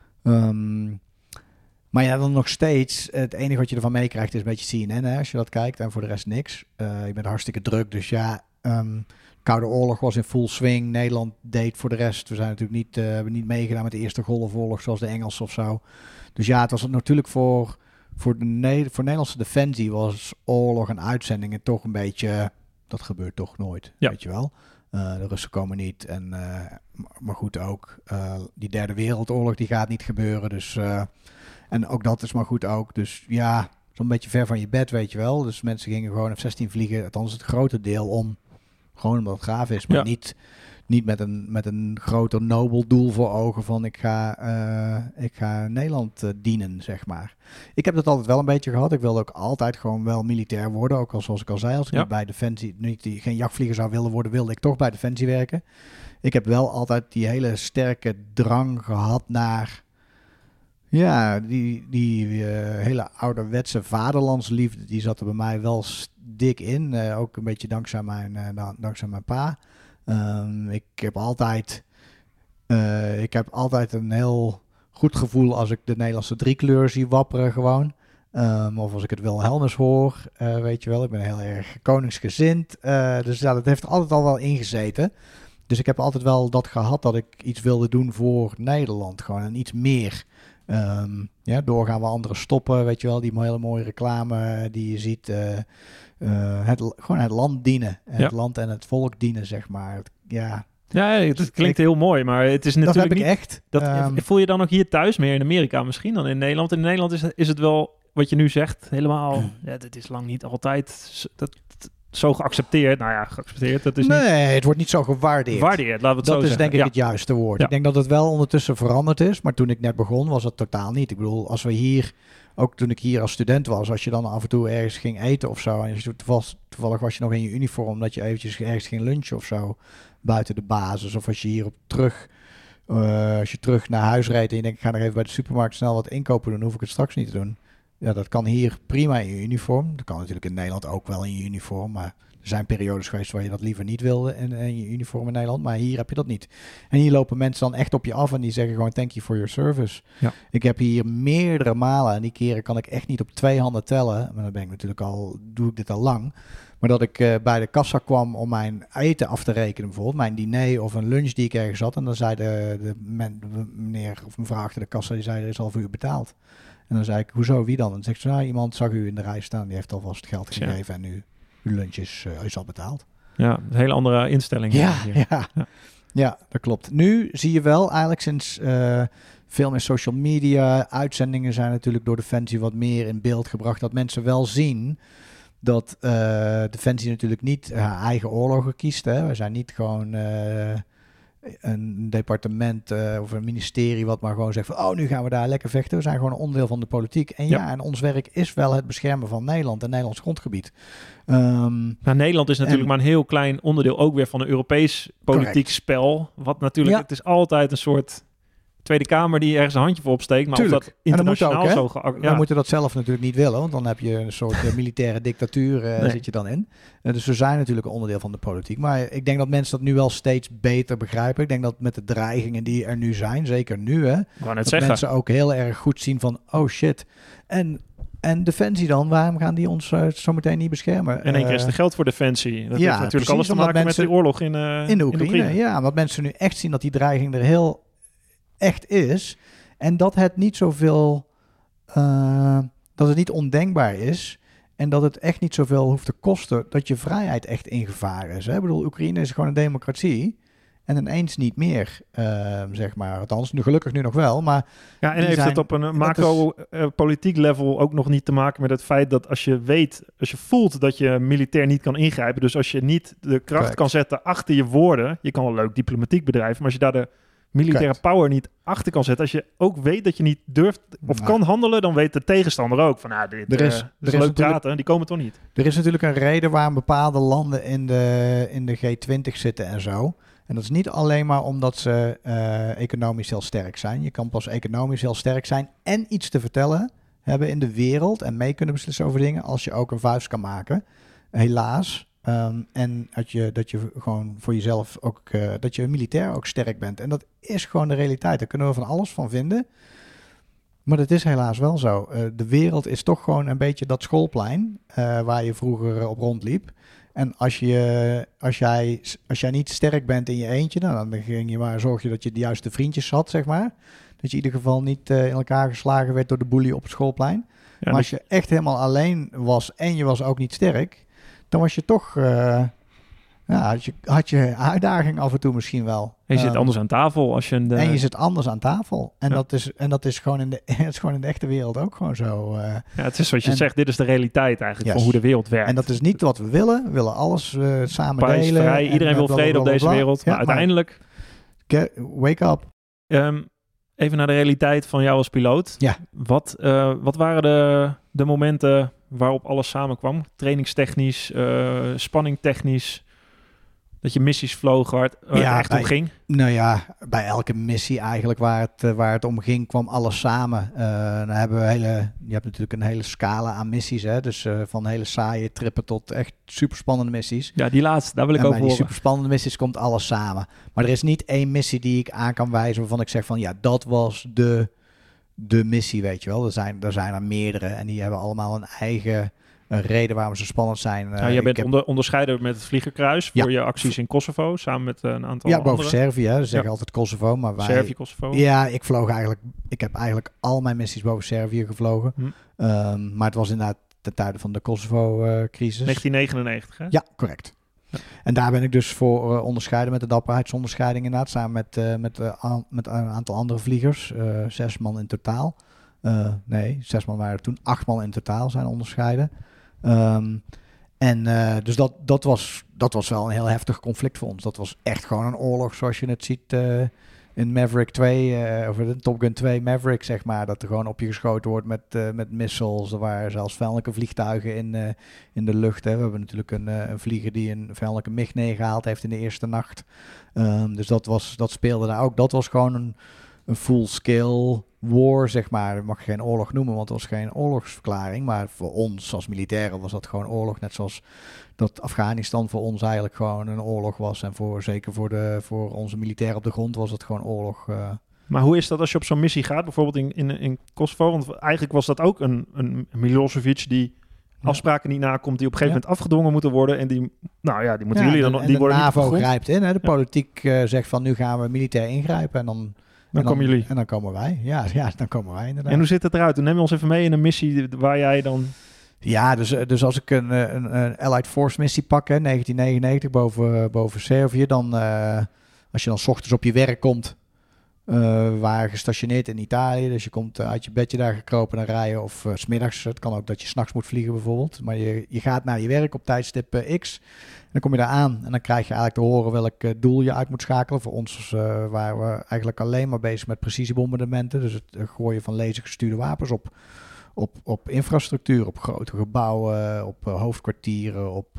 Maar ja, dan nog steeds, het enige wat je ervan meekrijgt is een beetje CNN, hè, als je dat kijkt. En voor de rest niks. Je bent hartstikke druk, dus Koude Oorlog was in full swing. Nederland deed voor de rest. We zijn natuurlijk hebben niet meegedaan met de Eerste Golfoorlog zoals de Engelsen of zo. Dus ja, het was natuurlijk voor Nederlandse defensie was oorlog en uitzendingen toch een beetje, dat gebeurt toch nooit, weet je wel. De Russen komen niet. Maar goed ook. Die Derde Wereldoorlog die gaat niet gebeuren. Dus, en ook dat is maar goed ook. Dus ja, zo'n beetje ver van je bed, weet je wel. Dus mensen gingen gewoon F-16 vliegen. Althans het grote deel gewoon omdat het gaaf is. Maar niet met een groter nobel doel voor ogen van ik ga Nederland dienen, zeg maar. Ik heb dat altijd wel een beetje gehad. Ik wilde ook altijd gewoon wel militair worden. Ook zoals ik al zei, als ik bij Defensie geen jachtvlieger zou willen worden, wilde ik toch bij Defensie werken. Ik heb wel altijd die hele sterke drang gehad naar die hele ouderwetse vaderlandsliefde. Die zat er bij mij wel dik in. Ook een beetje dankzij mijn pa. Ik heb altijd een heel goed gevoel als ik de Nederlandse driekleur zie wapperen gewoon. Of als ik het Wilhelmus hoor, weet je wel. Ik ben heel erg koningsgezind. Dus dat heeft altijd al wel ingezeten. Dus ik heb altijd wel dat gehad dat ik iets wilde doen voor Nederland. Gewoon en iets meer. Doorgaan we anderen stoppen, weet je wel. Die hele mooie reclame die je ziet. Gewoon het land dienen. Het land en het volk dienen, zeg maar. Ja, het klinkt heel mooi, maar het is natuurlijk dat heb niet... Ik echt. Voel je dan ook hier thuis meer in Amerika misschien dan in Nederland? In Nederland is het wel, wat je nu zegt, helemaal... Het is lang niet altijd zo geaccepteerd. Nou ja, geaccepteerd, dat is niet... Nee, het wordt niet zo gewaardeerd. Laten we het zo zeggen. Dat is denk ik het juiste woord. Ja. Ik denk dat het wel ondertussen veranderd is, maar toen ik net begon was het totaal niet. Ik bedoel, als we hier... Ook toen ik hier als student was, als je dan af en toe ergens ging eten of zo, en toevallig was je nog in je uniform, dat je eventjes ergens ging lunchen of zo, buiten de basis. Of als je hier als je terug naar huis reed en je denkt, ik ga nog even bij de supermarkt snel wat inkopen doen, hoef ik het straks niet te doen. Ja, dat kan hier prima in je uniform. Dat kan natuurlijk in Nederland ook wel in je uniform, maar er zijn periodes geweest waar je dat liever niet wilde in je uniform in Nederland, maar hier heb je dat niet. En hier lopen mensen dan echt op je af en die zeggen gewoon thank you for your service. Ja. Ik heb hier meerdere malen, en die keren kan ik echt niet op 2 handen tellen, maar dan ben ik natuurlijk doe ik dit al lang, maar dat ik bij de kassa kwam om mijn eten af te rekenen, bijvoorbeeld mijn diner of een lunch die ik ergens had, en dan zei de meneer of mevrouw achter de kassa, die zei er is al voor u betaald. En dan zei ik, hoezo, wie dan? En dan zegt ze, iemand zag u in de rij staan, die heeft alvast geld gegeven en nu uw lunch is al betaald. Ja, een hele andere instelling. Ja, dat klopt. Nu zie je wel eigenlijk sinds veel meer social media, uitzendingen zijn natuurlijk door Defensie wat meer in beeld gebracht, dat mensen wel zien dat Defensie natuurlijk niet haar eigen oorlogen kiest. Hè. We zijn niet gewoon een departement of een ministerie wat maar gewoon zegt van, nu gaan we daar lekker vechten. We zijn gewoon een onderdeel van de politiek. En en ons werk is wel het beschermen van Nederland en Nederlands grondgebied. Nederland is natuurlijk maar een heel klein onderdeel ook weer van een Europees politiek spel. Wat natuurlijk, het is altijd een soort Tweede Kamer die ergens een handje voor opsteekt. Maar tuurlijk. Of dat internationaal ook, we moeten dat zelf natuurlijk niet willen, want dan heb je een soort militaire dictatuur zit je dan in. Dus we zijn natuurlijk een onderdeel van de politiek. Maar ik denk dat mensen dat nu wel steeds beter begrijpen. Ik denk dat met de dreigingen die er nu zijn, zeker nu, mensen ook heel erg goed zien van, oh shit. En Defensie dan, waarom gaan die ons zo meteen niet beschermen? En één keer is er geld voor Defensie. Dat heeft natuurlijk precies, alles te maken met de oorlog in de Oekraïne. Ja, omdat mensen nu echt zien dat die dreiging er heel echt is. En dat het niet zoveel, dat het niet ondenkbaar is. En dat het echt niet zoveel hoeft te kosten dat je vrijheid echt in gevaar is. Hè? Ik bedoel, Oekraïne is gewoon een democratie. En ineens niet meer, zeg maar. Althans, nu gelukkig nu nog wel. Maar en heeft het op een macro-politiek level ook nog niet te maken met het feit dat als je voelt dat je militair niet kan ingrijpen, dus als je niet de kracht kan zetten achter je woorden, je kan wel leuk diplomatiek bedrijven, maar als je daar de militaire power niet achter kan zetten, als je ook weet dat je niet durft of kan handelen, dan weet de tegenstander ook van, dit is leuk praten, die komen toch niet. Er is natuurlijk een reden waarom bepaalde landen in de G20 zitten en zo. En dat is niet alleen maar omdat ze economisch heel sterk zijn. Je kan pas economisch heel sterk zijn en iets te vertellen hebben in de wereld en mee kunnen beslissen over dingen als je ook een vuist kan maken. Helaas. En dat je gewoon voor jezelf ook, dat je militair ook sterk bent. En dat is gewoon de realiteit. Daar kunnen we van alles van vinden. Maar dat is helaas wel zo. De wereld is toch gewoon een beetje dat schoolplein waar je vroeger op rondliep. En als jij niet sterk bent in je eentje, dan ging je maar zorg je dat je de juiste vriendjes had, zeg maar. Dat je in ieder geval niet in elkaar geslagen werd door de bully op het schoolplein. Ja, maar als je echt helemaal alleen was en je was ook niet sterk, dan was je toch, had je uitdaging af en toe misschien wel. En je zit anders aan tafel als je En je zit anders aan tafel. En dat is gewoon in de echte wereld ook gewoon zo. Het is zoals je zegt, dit is de realiteit eigenlijk van hoe de wereld werkt. En dat is niet wat we willen. We willen alles samen Prijs, delen. Vrij. Iedereen wil vrede op deze wereld. Maar uiteindelijk... Wake up. Even naar de realiteit van jou als piloot. Ja. Wat waren de momenten waarop alles samenkwam? Trainingstechnisch, spanningtechnisch, dat je missies vloog waar het echt om ging? Nou ja, bij elke missie eigenlijk waar het om ging, kwam alles samen. Dan hebben je hebt natuurlijk een hele scala aan missies, hè? Dus van hele saaie trippen tot echt superspannende missies. Ja, die laatste, daar wil ik over horen. Bij die superspannende missies komt alles samen. Maar er is niet één missie die ik aan kan wijzen waarvan ik zeg van, ja, dat was de missie, weet je wel. Er zijn er meerdere en die hebben allemaal een eigen reden waarom ze spannend zijn. Je bent onderscheider met het Vliegerkruis voor je acties in Kosovo, samen met een aantal anderen. Boven Servië. Ze zeggen altijd Kosovo, maar Servië, Kosovo. Ja, ik heb eigenlijk al mijn missies boven Servië gevlogen. Maar het was inderdaad ten tijde van de Kosovo-crisis. 1999, hè? Ja, correct. Ja. En daar ben ik dus voor onderscheiden met de dapperheidsonderscheiding inderdaad, samen met een aantal andere vliegers. 6 man in totaal. 6 man waren er toen, 8 man in totaal zijn onderscheiden. Dus dat was wel een heel heftig conflict voor ons. Dat was echt gewoon een oorlog zoals je het ziet in Maverick 2, of in Top Gun 2 Maverick, zeg maar. Dat er gewoon op je geschoten wordt met missiles. Er waren zelfs vijandelijke vliegtuigen in de lucht. Hè. We hebben natuurlijk een vlieger die een vijandelijke MiG neergehaald heeft in de eerste nacht. Dus dat speelde daar ook. Dat was gewoon een full-scale war, zeg maar. Dat mag je geen oorlog noemen, want het was geen oorlogsverklaring. Maar voor ons als militairen was dat gewoon oorlog. Net zoals dat Afghanistan voor ons eigenlijk gewoon een oorlog was. En zeker voor onze militairen op de grond was het gewoon oorlog. Maar hoe is dat als je op zo'n missie gaat? Bijvoorbeeld in Kosovo. Want eigenlijk was dat ook een Milosevic die afspraken niet nakomt, die op een gegeven moment afgedwongen moeten worden. En die moeten jullie dan... Die worden de NAVO niet grijpt in. Hè? De politiek zegt van nu gaan we militair ingrijpen. En dan komen jullie. En dan komen wij. Ja, dan komen wij inderdaad. En hoe ziet het eruit? Neem ons even mee in een missie waar jij dan... Ja, dus als ik een Allied Force missie pak, hè, 1999 boven Servië, dan als je dan 's ochtends op je werk komt, waren gestationeerd in Italië. Dus je komt uit je bedje daar gekropen naar rijden. Of 's middags. Het kan ook dat je 's nachts moet vliegen bijvoorbeeld. Maar je gaat naar je werk op tijdstip X. En dan kom je daar aan. En dan krijg je eigenlijk te horen welk doel je uit moet schakelen. Voor ons waren we eigenlijk alleen maar bezig met precisiebombardementen. Dus het gooien van lasergestuurde wapens op infrastructuur, op grote gebouwen, op hoofdkwartieren, op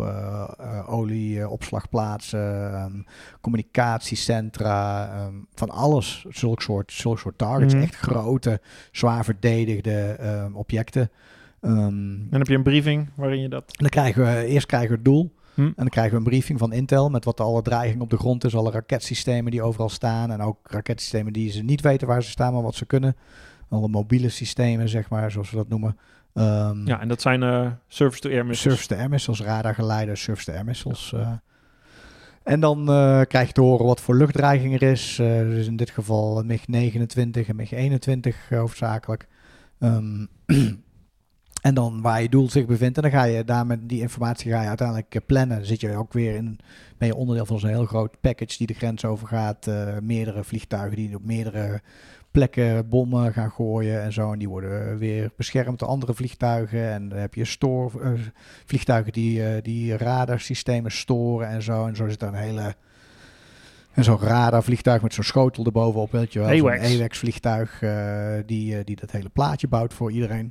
olieopslagplaatsen, communicatiecentra, van alles. Zulk soort targets. Echt grote, zwaar verdedigde objecten. En heb je een briefing waarin je dat... Dan krijgen we het doel. En dan krijgen we een briefing van Intel met wat alle dreiging op de grond is. Alle raketsystemen die overal staan. En ook raketsystemen die ze niet weten waar ze staan, maar wat ze kunnen. Alle mobiele systemen, zeg maar, zoals we dat noemen. En dat zijn surface-to-air missiles. Surface-to-air missiles, radargeleiders, surface-to-air missiles. En dan krijg je te horen wat voor luchtdreiging er is. Dus in dit geval MiG-29 en MiG-21 hoofdzakelijk. En dan waar je doel zich bevindt. En dan ga je daar met die informatie uiteindelijk plannen. Dan zit je ook weer ben je onderdeel van zo'n heel groot package die de grens overgaat. Meerdere vliegtuigen die op meerdere plekken bommen gaan gooien en zo. En die worden weer beschermd door andere vliegtuigen. En dan heb je vliegtuigen die radarsystemen storen en zo. En zo zit er zo'n radarvliegtuig met zo'n schotel erbovenop. Weet je wel, zo'n AWACS vliegtuig die dat hele plaatje bouwt voor iedereen.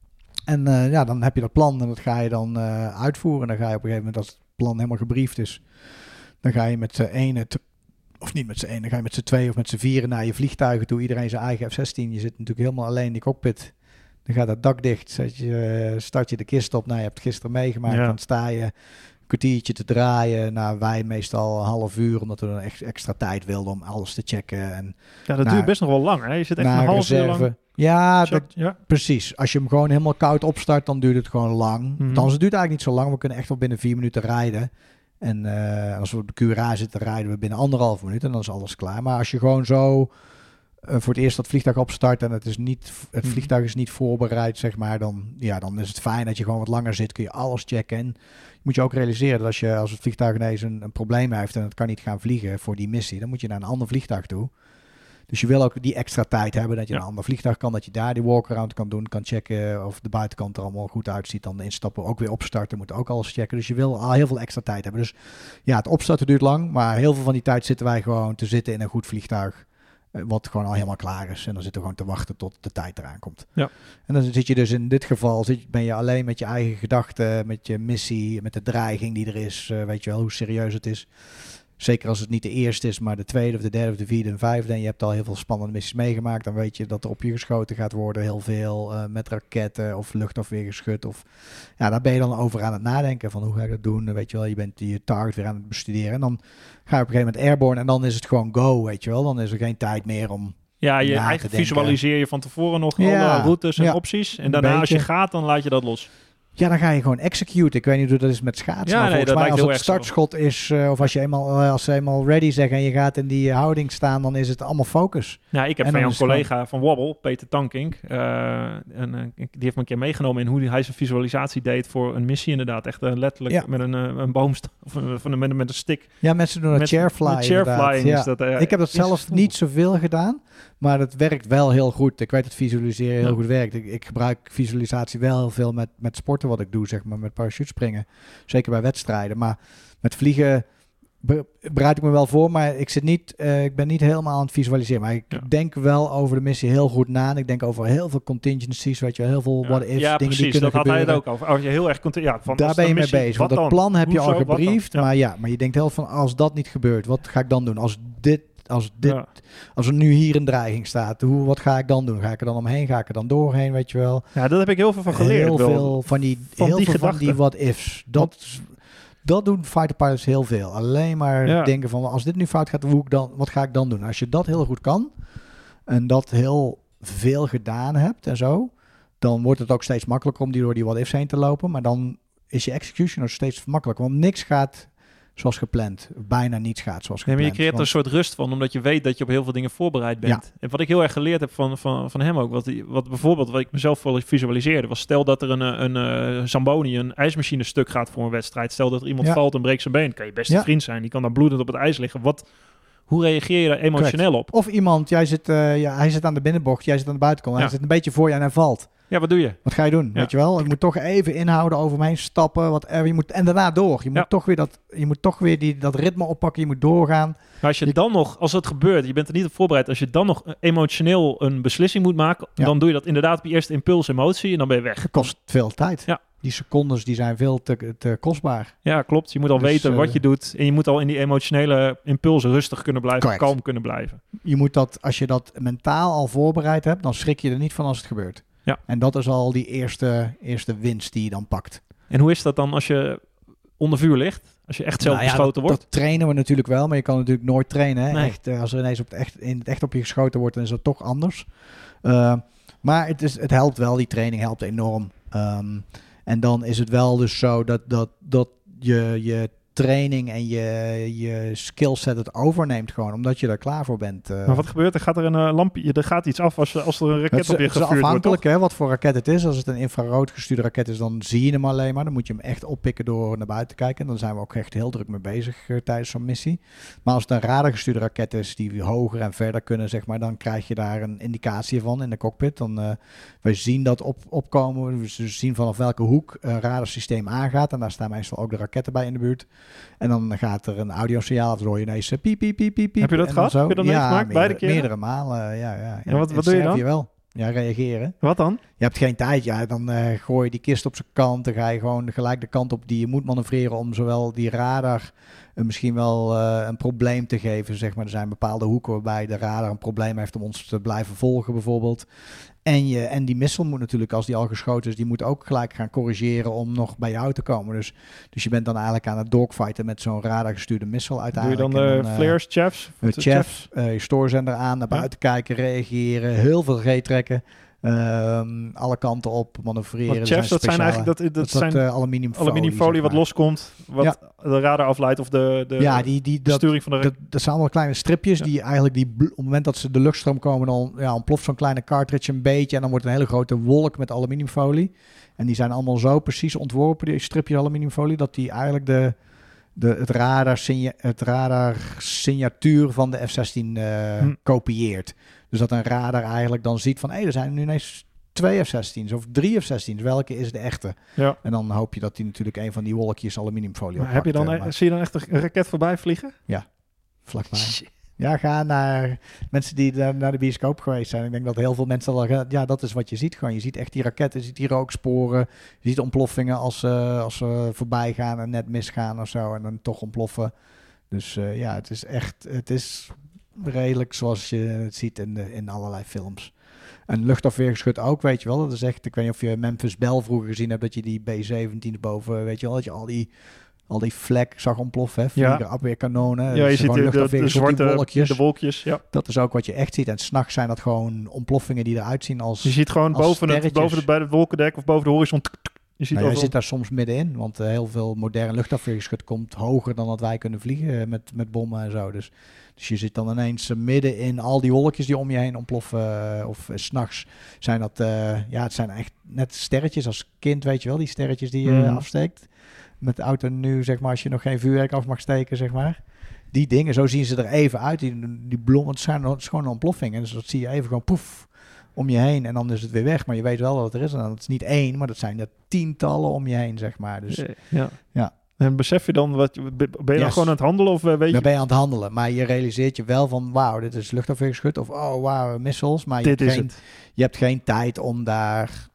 En dan heb je dat plan en dat ga je dan uitvoeren. En dan ga je op een gegeven moment, als het plan helemaal gebriefd is, dan ga je met z'n ene, of niet met z'n ene, dan ga je met z'n twee of met z'n vieren naar je vliegtuigen toe. Iedereen zijn eigen F-16. Je zit natuurlijk helemaal alleen in die cockpit. Dan gaat dat dak dicht, start je de kist op. Nou, je hebt het gisteren meegemaakt. Ja. Dan sta je een kwartiertje te draaien. Nou, wij meestal een half uur, omdat we dan echt extra tijd wilden om alles te checken. En dat duurt best nog wel lang, hè? Je zit echt een half uur lang. Ja, precies. Als je hem gewoon helemaal koud opstart, dan duurt het gewoon lang. Althans, het duurt eigenlijk niet zo lang. We kunnen echt wel binnen 4 minuten rijden. En als we op de QRA zitten, rijden we binnen 1,5 minuut en dan is alles klaar. Maar als je gewoon zo voor het eerst dat vliegtuig opstart en het vliegtuig is niet voorbereid, zeg maar, dan is het fijn dat je gewoon wat langer zit. Kun je alles checken. En je moet je ook realiseren dat als het vliegtuig ineens een probleem heeft en het kan niet gaan vliegen voor die missie, dan moet je naar een ander vliegtuig toe. Dus je wil ook die extra tijd hebben dat je een ander vliegtuig kan, dat je daar die walkaround kan doen, kan checken of de buitenkant er allemaal goed uitziet. Dan instappen, ook weer opstarten, moet ook alles checken. Dus je wil al heel veel extra tijd hebben. Dus ja, het opstarten duurt lang, maar heel veel van die tijd zitten wij gewoon te zitten in een goed vliegtuig, wat gewoon al helemaal klaar is. En dan zitten we gewoon te wachten tot de tijd eraan komt. Ja. En dan zit je dus in dit geval, ben je alleen met je eigen gedachten, met je missie, met de dreiging die er is. Weet je wel hoe serieus het is. Zeker als het niet de eerste is, maar de tweede of de derde of de vierde en vijfde. En je hebt al heel veel spannende missies meegemaakt. Dan weet je dat er op je geschoten gaat worden. Heel veel met raketten of luchtafweergeschut. Daar ben je dan over aan het nadenken van hoe ga ik dat doen. Weet je wel, je bent je target weer aan het bestuderen. En dan ga je op een gegeven moment airborne en dan is het gewoon go, weet je wel. Dan is er geen tijd meer om je eigen visualiseer je van tevoren nog alle routes en opties. En daarna als je gaat, dan laat je dat los. Ja, dan ga je gewoon execute. Ik weet niet hoe dat is met schaatsen. Ja, volgens mij als het startschot is, of als ze eenmaal ready zeggen en je gaat in die houding staan, dan is het allemaal focus. Ja, ik heb van jouw collega van Wobble, Peter Tankink, die heeft me een keer meegenomen in hoe hij zijn visualisatie deed voor een missie inderdaad. Echt letterlijk met een boomstam of met een stick. Ja, mensen doen dat chairflying. Is dat, ik heb dat zelf niet zoveel gedaan, maar dat werkt wel heel goed. Ik weet dat visualiseren heel goed werkt. Ik gebruik visualisatie wel heel veel met sporten wat ik doe, zeg maar, met parachutespringen. Zeker bij wedstrijden. Maar met vliegen bereid ik me wel voor, maar ik ben niet helemaal aan het visualiseren. Maar ik denk wel over de missie heel goed na. En ik denk over heel veel contingencies, weet je, heel veel what-ifs, dingen precies, die kunnen gebeuren. Had hij het ook over. Als je heel erg daar ben je mee bezig. Want het plan heb je al gebriefd, maar je denkt heel van, als dat niet gebeurt, wat ga ik dan doen? Als er nu hier een dreiging staat, wat ga ik dan doen? Ga ik er dan omheen? Ga ik er dan doorheen? Weet je wel? Ja, daar heb ik heel veel van geleerd. Heel veel van die what-ifs. Dat doen fighter pilots heel veel. Alleen maar denken van, als dit nu fout gaat, wat ga ik dan doen? Als je dat heel goed kan en dat heel veel gedaan hebt en zo, dan wordt het ook steeds makkelijker om door die what-ifs heen te lopen. Maar dan is je execution nog steeds makkelijker. Want niks gaat zoals gepland. Bijna niets gaat zoals gepland. Maar je creëert er een soort rust van, omdat je weet dat je op heel veel dingen voorbereid bent. Ja. En wat ik heel erg geleerd heb van hem ook, wat ik mezelf visualiseerde, was stel dat er een Zamboni, een ijsmachine stuk gaat voor een wedstrijd. Stel dat er iemand valt en breekt zijn been. Kan je beste vriend zijn. Die kan dan bloedend op het ijs liggen. Hoe reageer je daar emotioneel op? Of iemand, hij zit aan de binnenbocht, jij zit aan de buitenkant. Hij zit een beetje voor je en hij valt. Ja, wat doe je? Wat ga je doen? Weet je wel? Je moet toch even inhouden, over me heen stappen. En daarna door. Je moet toch weer dat ritme oppakken. Je moet doorgaan. Maar als je dan nog, als het gebeurt, je bent er niet op voorbereid. Als je dan nog emotioneel een beslissing moet maken, dan doe je dat inderdaad op je eerste impuls, emotie en dan ben je weg. Het kost veel tijd. Ja. Die secondes die zijn veel te kostbaar. Ja, klopt. Je moet al weten wat je doet. En je moet al in die emotionele impulsen rustig kunnen blijven, kalm kunnen blijven. Je moet dat, als je dat mentaal al voorbereid hebt, dan schrik je er niet van als het gebeurt. Ja. En dat is al die eerste winst die je dan pakt. En hoe is dat dan als je onder vuur ligt? Als je echt zelf geschoten wordt? Dat trainen we natuurlijk wel, maar je kan natuurlijk nooit trainen. Hè? Nee. Echt, als er ineens in het echt op je geschoten wordt, dan is dat toch anders. Maar het helpt wel, die training helpt enorm. En dan is het wel dus zo dat je training en je skillset het overneemt gewoon, omdat je daar klaar voor bent. Maar wat gebeurt er? Gaat er een lampje, er gaat iets af als er een raket op je gevuurd wordt? Het is afhankelijk wat voor raket het is. Als het een infrarood gestuurde raket is, dan zie je hem alleen maar. Dan moet je hem echt oppikken door naar buiten te kijken. En dan zijn we ook echt heel druk mee bezig tijdens zo'n missie. Maar als het een radargestuurde raket is die hoger en verder kunnen, zeg maar, dan krijg je daar een indicatie van in de cockpit. Wij zien dat opkomen. We zien vanaf welke hoek een radarsysteem aangaat. En daar staan meestal ook de raketten bij in de buurt. En dan gaat er een audiosignaal af, door je ineens piep, piep, piep, piep. Heb je dat gehad? Heb je dat meegemaakt? Beide keren? Meerdere malen, ja. En wat doe je dan? Wel. Ja, reageren. Wat dan? Je hebt geen tijd. Dan gooi je die kist op zijn kant. Dan ga je gewoon gelijk de kant op die je moet manoeuvreren om zowel die radar misschien wel een probleem te geven. Zeg maar. Er zijn bepaalde hoeken waarbij de radar een probleem heeft om ons te blijven volgen bijvoorbeeld. En die missile moet natuurlijk, als die al geschoten is, die moet ook gelijk gaan corrigeren om nog bij jou te komen. Dus je bent dan eigenlijk aan het dogfighten met zo'n radargestuurde missile uiteindelijk. Doe je dan flares, chaffs? Je stoorzender aan, naar buiten kijken, reageren, heel veel G-trekken. Alle kanten op, manoeuvreren. Chaffs, dat zijn eigenlijk dat zijn aluminiumfolie wat loskomt, wat de radar afleidt of de sturing van de... Dat zijn allemaal kleine stripjes die eigenlijk op het moment dat ze de luchtstroom komen, dan ontploft zo'n kleine cartridge een beetje en dan wordt een hele grote wolk met aluminiumfolie. En die zijn allemaal zo precies ontworpen, die stripjes aluminiumfolie, dat die eigenlijk het radar signatuur van de F-16 kopieert. Dus dat een radar eigenlijk dan ziet van, er zijn nu ineens 2 F-16's of 3 F-16's. Welke is de echte? Ja. En dan hoop je dat die natuurlijk een van die wolkjes aluminiumfolie oppakt. Zie je dan echt een raket voorbij vliegen? Ja, vlakbij. Ja, ga naar mensen die naar de bioscoop geweest zijn. Ik denk dat heel veel mensen dat is wat je ziet gewoon. Je ziet echt die raketten, je ziet die rooksporen, je ziet ontploffingen als ze voorbij gaan en net misgaan of zo en dan toch ontploffen. Dus het is redelijk zoals je het ziet in allerlei films. En luchtafweergeschut ook, weet je wel. Dat is echt, ik weet niet of je Memphis Belle vroeger gezien hebt, dat je die B-17 boven, weet je wel, dat je al die vlek zag ontploffen, hè? Afweerkanonen. Ja, je ziet de zwarte die wolkjes. Ja. Dat is ook wat je echt ziet. En 's nachts zijn dat gewoon ontploffingen die eruit zien als je ziet gewoon bij het wolkendek of boven de horizon. Je zit daar soms middenin, want heel veel modern luchtafweergeschut komt hoger dan dat wij kunnen vliegen met bommen en zo. Dus je zit dan ineens midden in al die wolkjes die om je heen ontploffen. Of 's nachts zijn dat, het zijn echt net sterretjes als kind, weet je wel. Die sterretjes die je afsteekt. Met de auto nu, zeg maar, als je nog geen vuurwerk af mag steken, zeg maar. Die dingen, zo zien ze er even uit. Die bloemen, het is gewoon een ontploffing. En dus dat zie je even gewoon poef om je heen. En dan is het weer weg. Maar je weet wel wat er is. En dat is niet 1, maar dat zijn er tientallen om je heen, zeg maar. Dus ja. En besef je dan, ben je dan gewoon aan het handelen? Of weet je? Dan ben je aan het handelen. Maar je realiseert je wel van, wauw, dit is luchtafweergeschut. Of, oh, wauw, missiles. Maar je hebt geen tijd om daar...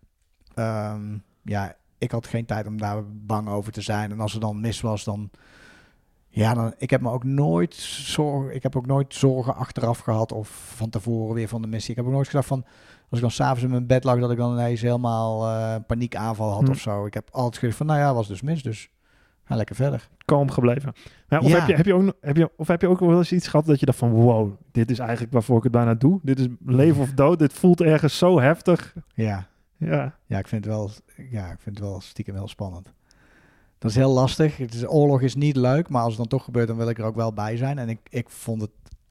ik had geen tijd om daar bang over te zijn. En als er dan mis was, dan... Ja, ik heb ook nooit zorgen achteraf gehad of van tevoren weer van de missie. Ik heb ook nooit gedacht van, als ik dan s'avonds in mijn bed lag, dat ik dan ineens helemaal paniekaanval had of zo. Ik heb altijd gezegd van, was dus mis, dus ga lekker verder. Kalm gebleven. Heb je ook wel eens iets gehad dat je dacht van, wow, dit is eigenlijk waarvoor ik het bijna doe? Dit is leven of dood, dit voelt ergens zo heftig. Ja, ik vind het wel stiekem heel spannend. Dat is heel lastig. Oorlog is niet leuk, maar als het dan toch gebeurt, dan wil ik er ook wel bij zijn. En ik vond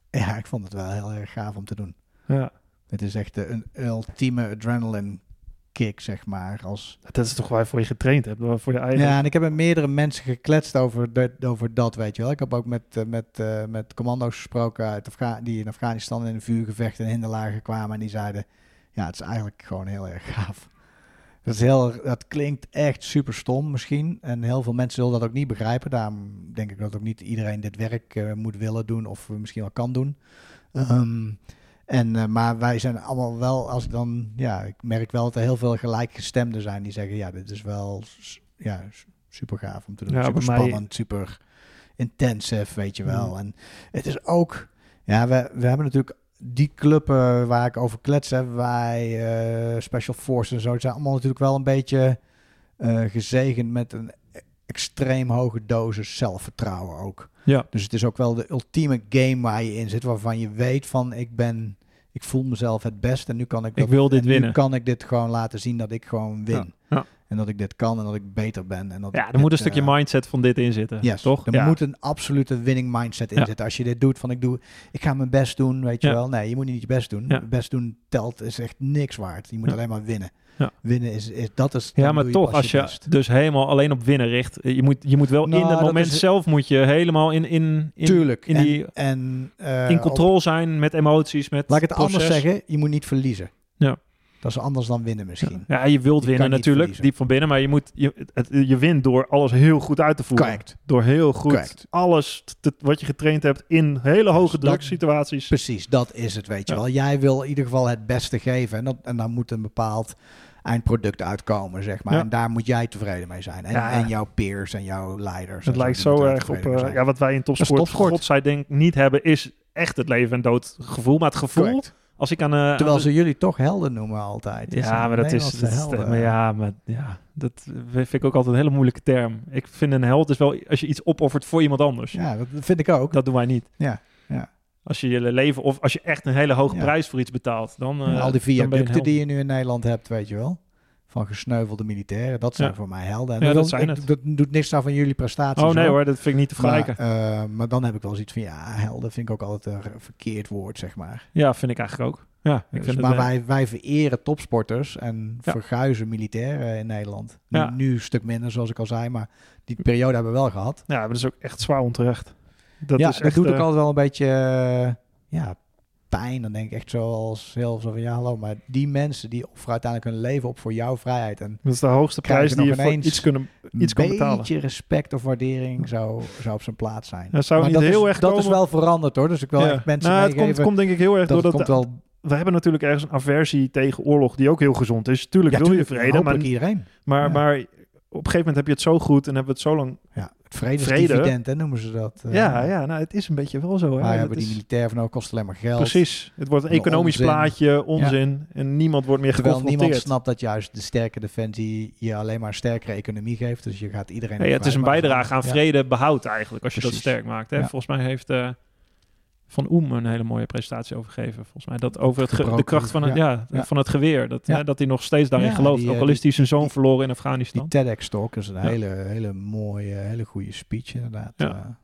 het wel heel erg gaaf om te doen. Ja. Het is echt een ultieme adrenaline kick, zeg maar. Dat is toch waarvoor je getraind hebt, voor je eigen... Ja, en ik heb met meerdere mensen gekletst over dat, weet je wel. Ik heb ook met commando's gesproken die in Afghanistan in een vuurgevecht in hinderlagen kwamen. En die zeiden, ja, het is eigenlijk gewoon heel erg gaaf. Dat klinkt echt super stom misschien. En heel veel mensen zullen dat ook niet begrijpen. Daarom denk ik dat ook niet iedereen dit werk moet willen doen of misschien wel kan doen. Maar wij zijn allemaal wel, ik merk wel dat er heel veel gelijkgestemden zijn die zeggen, ja, dit is wel super gaaf om te doen. Ja, super bij mij... spannend, super intensive, weet je wel. En het is ook, ja, we hebben natuurlijk die club waar ik over klets heb, wij Special Forces en zo, zijn allemaal natuurlijk wel een beetje gezegend met een extreem hoge dosis zelfvertrouwen ook. Ja. Dus het is ook wel de ultieme game waar je in zit, waarvan je weet van ik voel mezelf het best en nu kan ik wil dit winnen. Nu kan ik dit gewoon laten zien dat ik gewoon win. Ja. En dat ik dit kan en dat ik beter ben. En dat er moet een stukje mindset van dit in zitten, toch? Er moet een absolute winning mindset in zitten. Als je dit doet, ik ga mijn best doen, weet je wel. Nee, je moet niet je best doen. Ja. Best doen telt, is echt niks waard. Je moet alleen maar winnen. Ja. Winnen is ja, maar toch, als je dus helemaal alleen op winnen richt, je moet wel in het moment zelf moet je helemaal tuurlijk. In controle zijn met emoties, met laat ik het proces. anders zeggen, je moet niet verliezen. Ja. Dat is anders dan winnen misschien. Ja, je wilt winnen natuurlijk, diep van binnen, maar je wint door alles heel goed uit te voeren. Correct. Door heel goed alles wat je getraind hebt in hele hoge drugssituaties. Precies, dat is het, weet je wel. Jij wil in ieder geval het beste geven en dan moet een bepaald eindproduct uitkomen, zeg maar. Ja. En daar moet jij tevreden mee zijn. En jouw peers en jouw leiders. Het lijkt zo erg op wat wij in topsport godzijdank niet hebben, is echt het leven en dood gevoel. Maar het gevoel... Correct. Als ik aan, terwijl ze jullie toch helden noemen altijd. Ja, maar dat vind ik ook altijd een hele moeilijke term. Ik vind een held is wel als je iets opoffert voor iemand anders. Ja, dat vind ik ook. Dat doen wij niet. Ja. Als je je leven of als je echt een hele hoge prijs voor iets betaalt, dan al die viaducten die je nu in Nederland hebt, weet je wel. Van gesneuvelde militairen. Dat zijn voor mij helden. En dat doet niks aan van jullie prestaties. Oh nee hoor, dat vind ik niet te vergelijken. Maar dan heb ik wel zoiets van, helden vind ik ook altijd een verkeerd woord, zeg maar. Ja, vind ik eigenlijk ook. Ja, ik vind wij vereren topsporters en verguizen militairen in Nederland. Nu een stuk minder, zoals ik al zei, maar die periode hebben we wel gehad. Ja, maar dat is ook echt zwaar onterecht. Dat doet ook altijd wel een beetje pijn. Dan denk ik echt zo van hallo, maar die mensen die offeren uiteindelijk hun leven op voor jouw vrijheid. En dat is de hoogste prijs die je voor iets kan betalen. Een beetje respect of waardering zou op zijn plaats zijn. Dat zou niet heel erg dat is wel veranderd hoor, dus ik wil echt mensen meegeven. Het komt denk ik heel erg doordat we hebben natuurlijk ergens een aversie tegen oorlog die ook heel gezond is. Tuurlijk wil je vrede, maar iedereen. Maar op een gegeven moment heb je het zo goed en hebben we het zo lang... Ja, het vredesdividend, hè, noemen ze dat. Het is een beetje wel zo. Maar hebben die militair van kost alleen maar geld. Precies. Het wordt een economisch plaatje, onzin. Ja. En niemand wordt meer geconfronteerd. Terwijl niemand snapt dat juist de sterke defensie je alleen maar een sterkere economie geeft. Dus je gaat iedereen... het is een bijdrage aan vredebehoud eigenlijk, als je dat sterk maakt. Hè? Ja. Volgens mij heeft... Van Oem een hele mooie presentatie over gegeven. Volgens mij dat over de kracht van van het geweer. Dat hij nog steeds daarin gelooft. Ook al is hij zijn zoon verloren in Afghanistan. Die TEDx-talk is een hele mooie, hele goede speech inderdaad. Ja.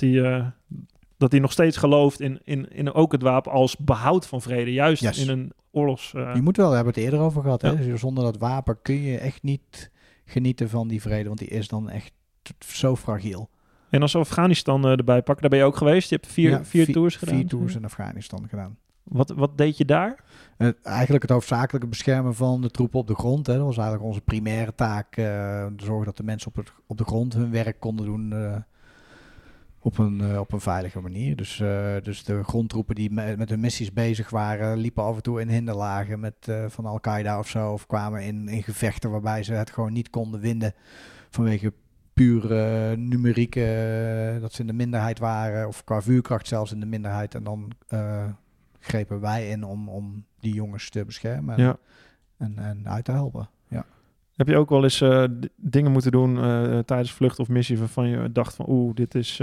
Dat hij nog steeds gelooft in ook het wapen als behoud van vrede. Juist in een oorlogs... Je moet wel, we hebben het eerder over gehad. Hè? Dus zonder dat wapen kun je echt niet genieten van die vrede. Want die is dan echt zo fragiel. En als we Afghanistan erbij pakken, daar ben je ook geweest. Je hebt vier tours gedaan. 4 tours in Afghanistan gedaan. Wat deed je daar? Eigenlijk het hoofdzakelijke beschermen van de troepen op de grond. Hè. Dat was eigenlijk onze primaire taak. Zorgen dat de mensen op de grond hun werk konden doen op een veilige manier. Dus de grondtroepen die met hun missies bezig waren, liepen af en toe in hinderlagen van Al-Qaeda of zo. Of kwamen in gevechten waarbij ze het gewoon niet konden winnen vanwege pure numerieke, dat ze in de minderheid waren, of qua vuurkracht zelfs in de minderheid. En dan grepen wij in om die jongens te beschermen en uit te helpen. Ja. Heb je ook wel eens dingen moeten doen tijdens vlucht of missie waarvan je dacht van dit is...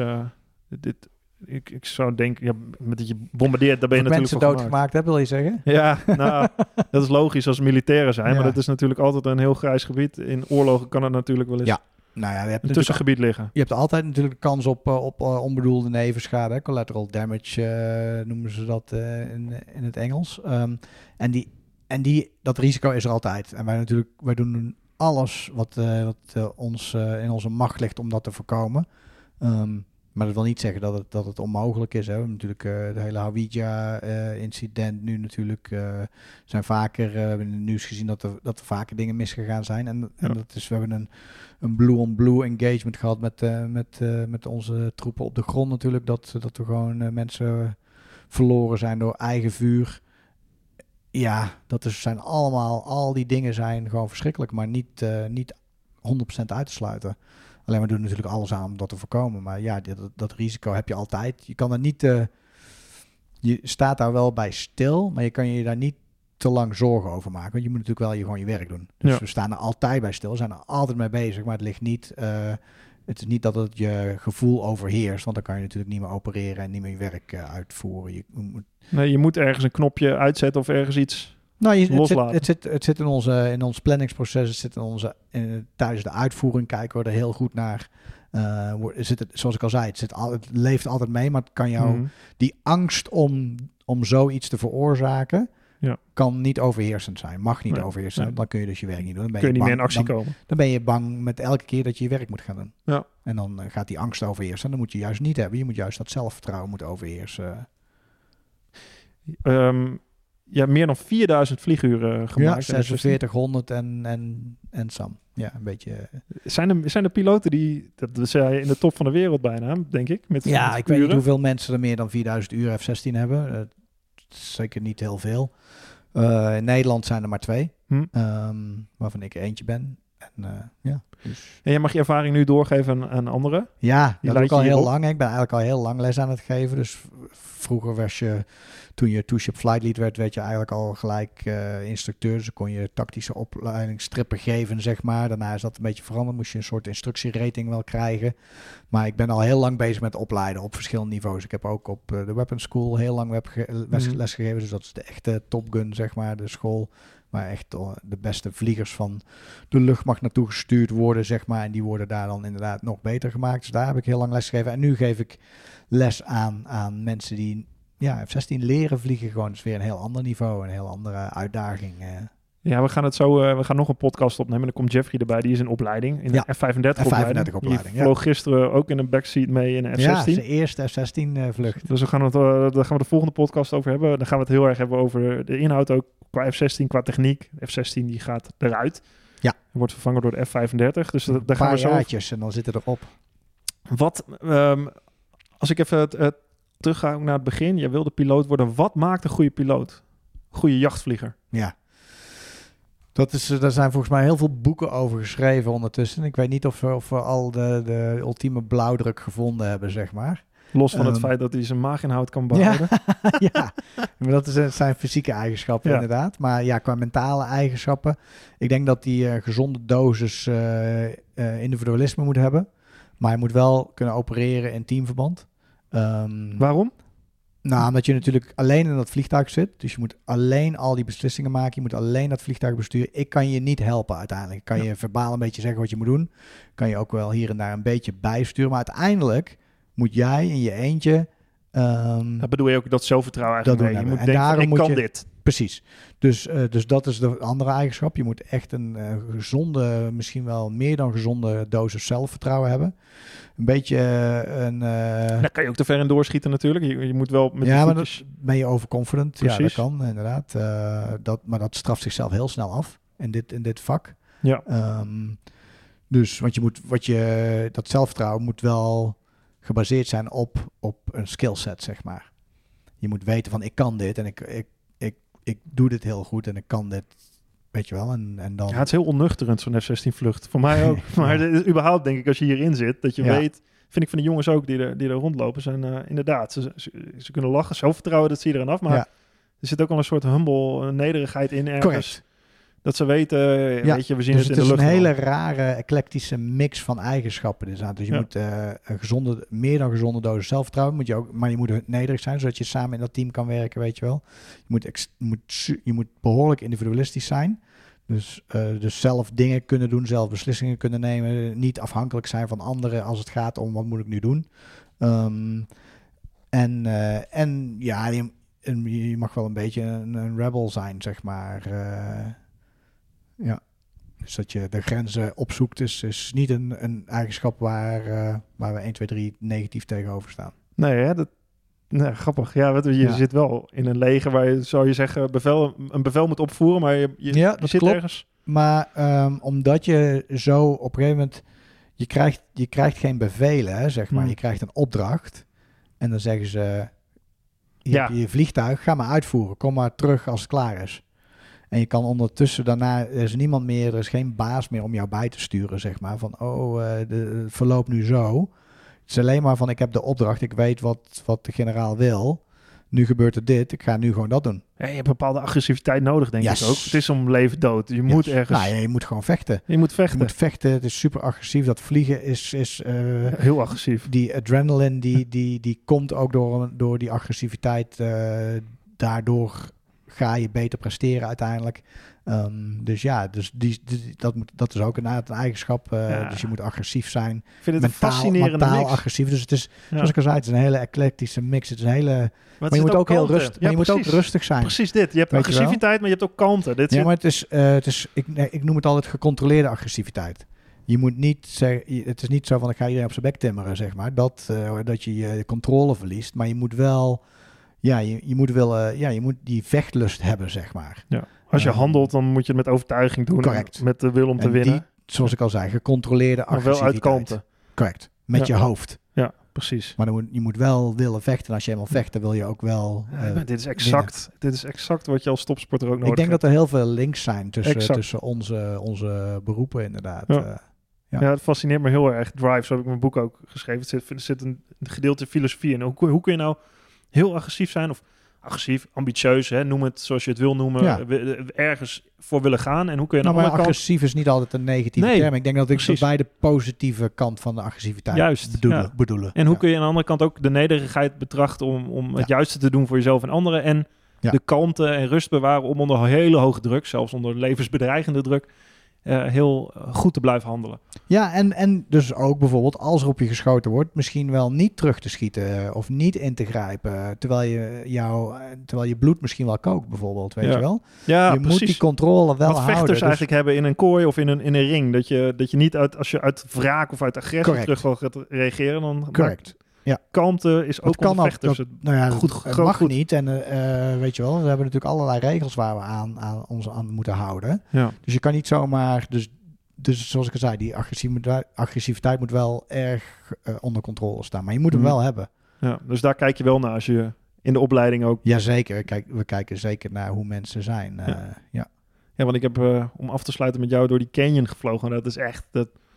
Ik zou denken, met dat je bombardeert, daar ben je natuurlijk mensen doodgemaakt hebben, wil je zeggen? Ja, nou, dat is logisch als militairen zijn, maar dat is natuurlijk altijd een heel grijs gebied. In oorlogen kan het natuurlijk wel eens... Ja. Nou ja, je hebt een tussengebied liggen. Je hebt altijd natuurlijk de kans op onbedoelde nevenschade. Hè? Collateral damage noemen ze dat in het Engels. En dat risico is er altijd. En wij doen alles wat ons in onze macht ligt om dat te voorkomen. Maar dat wil niet zeggen dat het onmogelijk is. Hè. We hebben natuurlijk de hele Hawija-incident nu natuurlijk. Zijn vaker, we hebben in het nieuws gezien dat er vaker dingen misgegaan zijn. En dat is, we hebben een blue-on-blue engagement gehad met onze troepen op de grond natuurlijk. Dat we gewoon mensen verloren zijn door eigen vuur. Ja, zijn al die dingen zijn gewoon verschrikkelijk, maar niet 100% uit te sluiten. Alleen we doen natuurlijk alles aan om dat te voorkomen. Maar ja, dat risico heb je altijd. Je kan er niet... je staat daar wel bij stil, maar je kan je daar niet te lang zorgen over maken. Want je moet natuurlijk wel gewoon je werk doen. Dus we staan er altijd bij stil. We zijn er altijd mee bezig, maar het ligt niet... het is niet dat het je gevoel overheerst, want dan kan je natuurlijk niet meer opereren en niet meer je werk uitvoeren. Je moet ergens een knopje uitzetten of ergens iets loslaten. Het zit in ons planningsproces, het zit tijdens de uitvoering kijken we er heel goed naar. Zoals ik al zei, het leeft altijd mee, maar het kan jou die angst om zoiets te veroorzaken, kan niet overheersend zijn, mag niet overheersend zijn. Dan kun je dus je werk niet doen. Dan kun je niet meer in actie komen. Dan ben je bang met elke keer dat je je werk moet gaan doen. Ja. En dan gaat die angst overheersen. En dat moet je juist niet hebben. Je moet juist dat zelfvertrouwen moeten overheersen. Meer dan 4000 vlieguren gemaakt. Ja, 4600 en Sam. Ja, een beetje... Zijn er piloten dat zijn in de top van de wereld bijna, denk ik? Ik weet niet hoeveel mensen er meer dan 4000 uur F-16 hebben. Zeker niet heel veel. In Nederland zijn er maar 2. Waarvan ik eentje ben. Dus. En jij mag je ervaring nu doorgeven aan anderen? Ja, dat doe ik al heel lang. Ik ben eigenlijk al heel lang les aan het geven. Dus vroeger toen je two-ship flight lead werd je eigenlijk al gelijk instructeur. Dus dan kon je tactische opleidingsstrippen geven, zeg maar. Daarna is dat een beetje veranderd. Moest je een soort instructierating wel krijgen. Maar ik ben al heel lang bezig met opleiden op verschillende niveaus. Ik heb ook op de Weapons School heel lang les gegeven. Dus dat is de echte Top Gun, zeg maar, de school waar echt de beste vliegers van de luchtmacht naartoe gestuurd worden, zeg maar. En die worden daar dan inderdaad nog beter gemaakt. Dus daar heb ik heel lang les gegeven. En nu geef ik les aan mensen die F-16 leren vliegen. Gewoon is weer een heel ander niveau, een heel andere uitdaging. Ja, we gaan nog een podcast opnemen. Dan komt Jeffrey erbij, die is in opleiding. In de F-35 opleiding. Die vloog gisteren ook in een backseat mee in een F-16. Ja, zijn eerste F-16 vlucht. Dus daar gaan we de volgende podcast over hebben. Dan gaan we het heel erg hebben over de inhoud ook qua F-16, qua techniek. F-16 die gaat eruit. Ja. Wordt vervangen door de F-35. Dus daar gaan we zo... jaartjes en dan zit het erop. Als ik even terug ga naar het begin. Je wilde piloot worden. Wat maakt een goede piloot? Goede jachtvlieger? Ja. Daar zijn volgens mij heel veel boeken over geschreven ondertussen. Ik weet niet of we al de ultieme blauwdruk gevonden hebben, zeg maar. Los van het feit dat hij zijn maaginhoud kan behouden. Ja, maar dat zijn fysieke eigenschappen inderdaad. Maar qua mentale eigenschappen. Ik denk dat hij gezonde dosis individualisme moet hebben. Maar hij moet wel kunnen opereren in teamverband. Waarom? Nou, omdat je natuurlijk alleen in dat vliegtuig zit. Dus je moet alleen al die beslissingen maken. Je moet alleen dat vliegtuig besturen. Ik kan je niet helpen uiteindelijk. Ik kan je verbaal een beetje zeggen wat je moet doen. Kan je ook wel hier en daar een beetje bijsturen. Maar uiteindelijk moet jij in je eentje... dat bedoel je ook dat zelfvertrouwen eigenlijk mee. Je moet denken, ik kan dit. Precies. Dus dat is de andere eigenschap. Je moet echt een gezonde, misschien wel meer dan gezonde dosis zelfvertrouwen hebben. Een beetje Daar kan je ook te ver in doorschieten natuurlijk. Je moet wel met maar dan ben je overconfident. Precies. Ja, dat kan inderdaad. Maar dat straft zichzelf heel snel af in dit vak. Ja. Dus dat zelfvertrouwen moet wel gebaseerd zijn op een skillset, zeg maar. Je moet weten van ik kan dit en ik doe dit heel goed en ik kan dit, weet je wel. En dan... Ja, het is heel onnuchterend zo'n F-16 vlucht. Voor mij ook. Maar überhaupt denk ik als je hierin zit, dat je weet, vind ik van de jongens ook die er rondlopen, zijn inderdaad, ze kunnen lachen, zelfvertrouwen, dat zie je eraan af. Maar er zit ook al een soort humble nederigheid in ergens. Correct. Dat ze weten, weet je, we zien dus het in de lucht. Het is een hele rare, eclectische mix van eigenschappen. Dus je moet een meer dan gezonde dosis zelfvertrouwen. Maar je moet nederig zijn, zodat je samen in dat team kan werken, weet je wel. Je moet behoorlijk individualistisch zijn. Dus zelf dingen kunnen doen, zelf beslissingen kunnen nemen. Niet afhankelijk zijn van anderen als het gaat om wat moet ik nu doen. je mag wel een beetje een rebel zijn, zeg maar. Ja. Dus dat je de grenzen opzoekt is niet een eigenschap waar we 1, 2, 3 negatief tegenover staan. Nee, hè? Grappig. Ja, je zit wel in een leger waar je, zou je zeggen, een bevel moet opvoeren, maar je dat zit klopt. ergens. Maar omdat je zo op een gegeven moment... Je krijgt geen bevelen, hè, zeg maar. Je krijgt een opdracht. En dan zeggen ze... Hier heb je je vliegtuig, ga maar uitvoeren. Kom maar terug als het klaar is. En je kan ondertussen daarna... Er is niemand meer, er is geen baas meer om jou bij te sturen, zeg maar. Van, het verloopt nu zo. Het is alleen maar van, ik heb de opdracht. Ik weet wat de generaal wil. Nu gebeurt er dit. Ik ga nu gewoon dat doen. Ja, je hebt bepaalde agressiviteit nodig, denk ik ook. Het is om leven dood. Je moet ergens... Nou, je moet gewoon vechten. Je moet vechten. Het is super agressief. Dat vliegen is heel agressief. Die adrenaline, die komt ook door die agressiviteit. Daardoor ga je beter presteren uiteindelijk. Dus dat is ook een eigenschap. Dus je moet agressief zijn. Ik vind het een fascinerende mix. Agressief. Dus het is, zoals ik al zei, het is een hele eclectische mix. Het is een hele... Maar je moet ook heel rustig. Maar je moet ook rustig zijn. Precies dit. Je hebt agressiviteit, maar je hebt ook kalmte. Maar het is ik noem het altijd gecontroleerde agressiviteit. Je moet niet zeggen, het is niet zo van ik ga iedereen op zijn bek timmeren, zeg maar. Dat je je controle verliest. Maar je moet wel... je moet die vechtlust hebben, zeg maar. Ja. Als je handelt, dan moet je het met overtuiging doen. Correct. Met de wil om te winnen. Zoals ik al zei, gecontroleerde agressiviteit. Maar wel uit kalmte. Correct. Met je hoofd. Ja, precies. Maar je moet wel willen vechten. En als je eenmaal vecht, dan wil je ook wel dit is exact wat je als topsporter ook nodig hebt. Ik denk dat er heel veel links zijn tussen onze beroepen, inderdaad. Ja, het fascineert me heel erg. Drive, zo heb ik mijn boek ook geschreven. Er zit een gedeelte filosofie in. Hoe kun je nou heel agressief zijn of agressief, ambitieus, hè? Noem het zoals je het wil noemen, ergens voor willen gaan. En hoe kun je maar agressief is niet altijd een negatieve term. Ik denk dat ik bij de positieve kant van de agressiviteit bedoelen. En hoe kun je aan de andere kant ook de nederigheid betrachten om het juiste te doen voor jezelf en anderen en de kalmte en rust bewaren om onder hele hoge druk, zelfs onder levensbedreigende druk, heel goed te blijven handelen. Ja, en dus ook bijvoorbeeld als er op je geschoten wordt, misschien wel niet terug te schieten of niet in te grijpen, terwijl je bloed misschien wel kookt bijvoorbeeld, weet je wel? Ja, je moet die controle wel houden. Wat vechters eigenlijk hebben in een kooi of in een ring, dat je niet als je uit wraak of uit agressie terug wil reageren, dan... Correct. Ja. Kalmte is ook onder vechters. Het mag niet. En weet je wel, we hebben natuurlijk allerlei regels waar we ons aan moeten houden. Ja. Dus je kan niet zomaar... Dus zoals ik al zei, die agressiviteit moet wel erg onder controle staan. Maar je moet hem wel hebben. Ja, dus daar kijk je wel naar als je in de opleiding ook... Jazeker. We kijken zeker naar hoe mensen zijn. Ja, want ik heb, om af te sluiten met jou, door die canyon gevlogen. Dat is echt...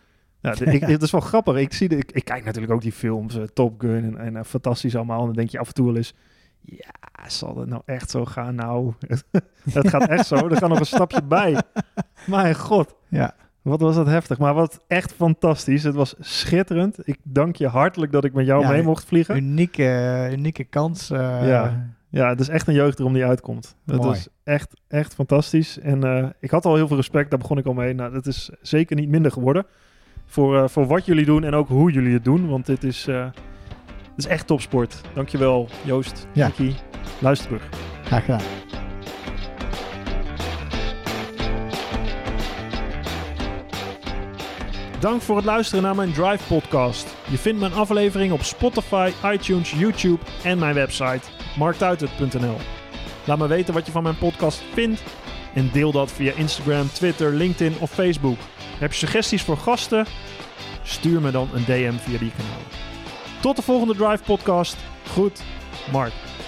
het is wel grappig. Ik kijk natuurlijk ook die films, Top Gun en fantastisch allemaal. En dan denk je af en toe wel eens, ja, zal dat nou echt zo gaan? Nou, het gaat echt zo. Er gaat nog een stapje bij. Mijn god. Ja. Wat was dat heftig. Maar wat echt fantastisch. Het was schitterend. Ik dank je hartelijk dat ik met jou mee mocht vliegen. Unieke kans. Ja, het is echt een jeugddroom die uitkomt. Het is echt fantastisch. En ik had al heel veel respect. Daar begon ik al mee. Nou, dat is zeker niet minder geworden. Voor wat jullie doen en ook hoe jullie het doen. Want dit is echt topsport. Dankjewel Joost, Nicky, Luisterburg. Graag gedaan. Dank voor het luisteren naar mijn Drive podcast. Je vindt mijn aflevering op Spotify, iTunes, YouTube en mijn website marktuitert.nl. Laat me weten wat je van mijn podcast vindt en deel dat via Instagram, Twitter, LinkedIn of Facebook. Heb je suggesties voor gasten? Stuur me dan een DM via die kanaal. Tot de volgende Drive podcast. Goed, Mark.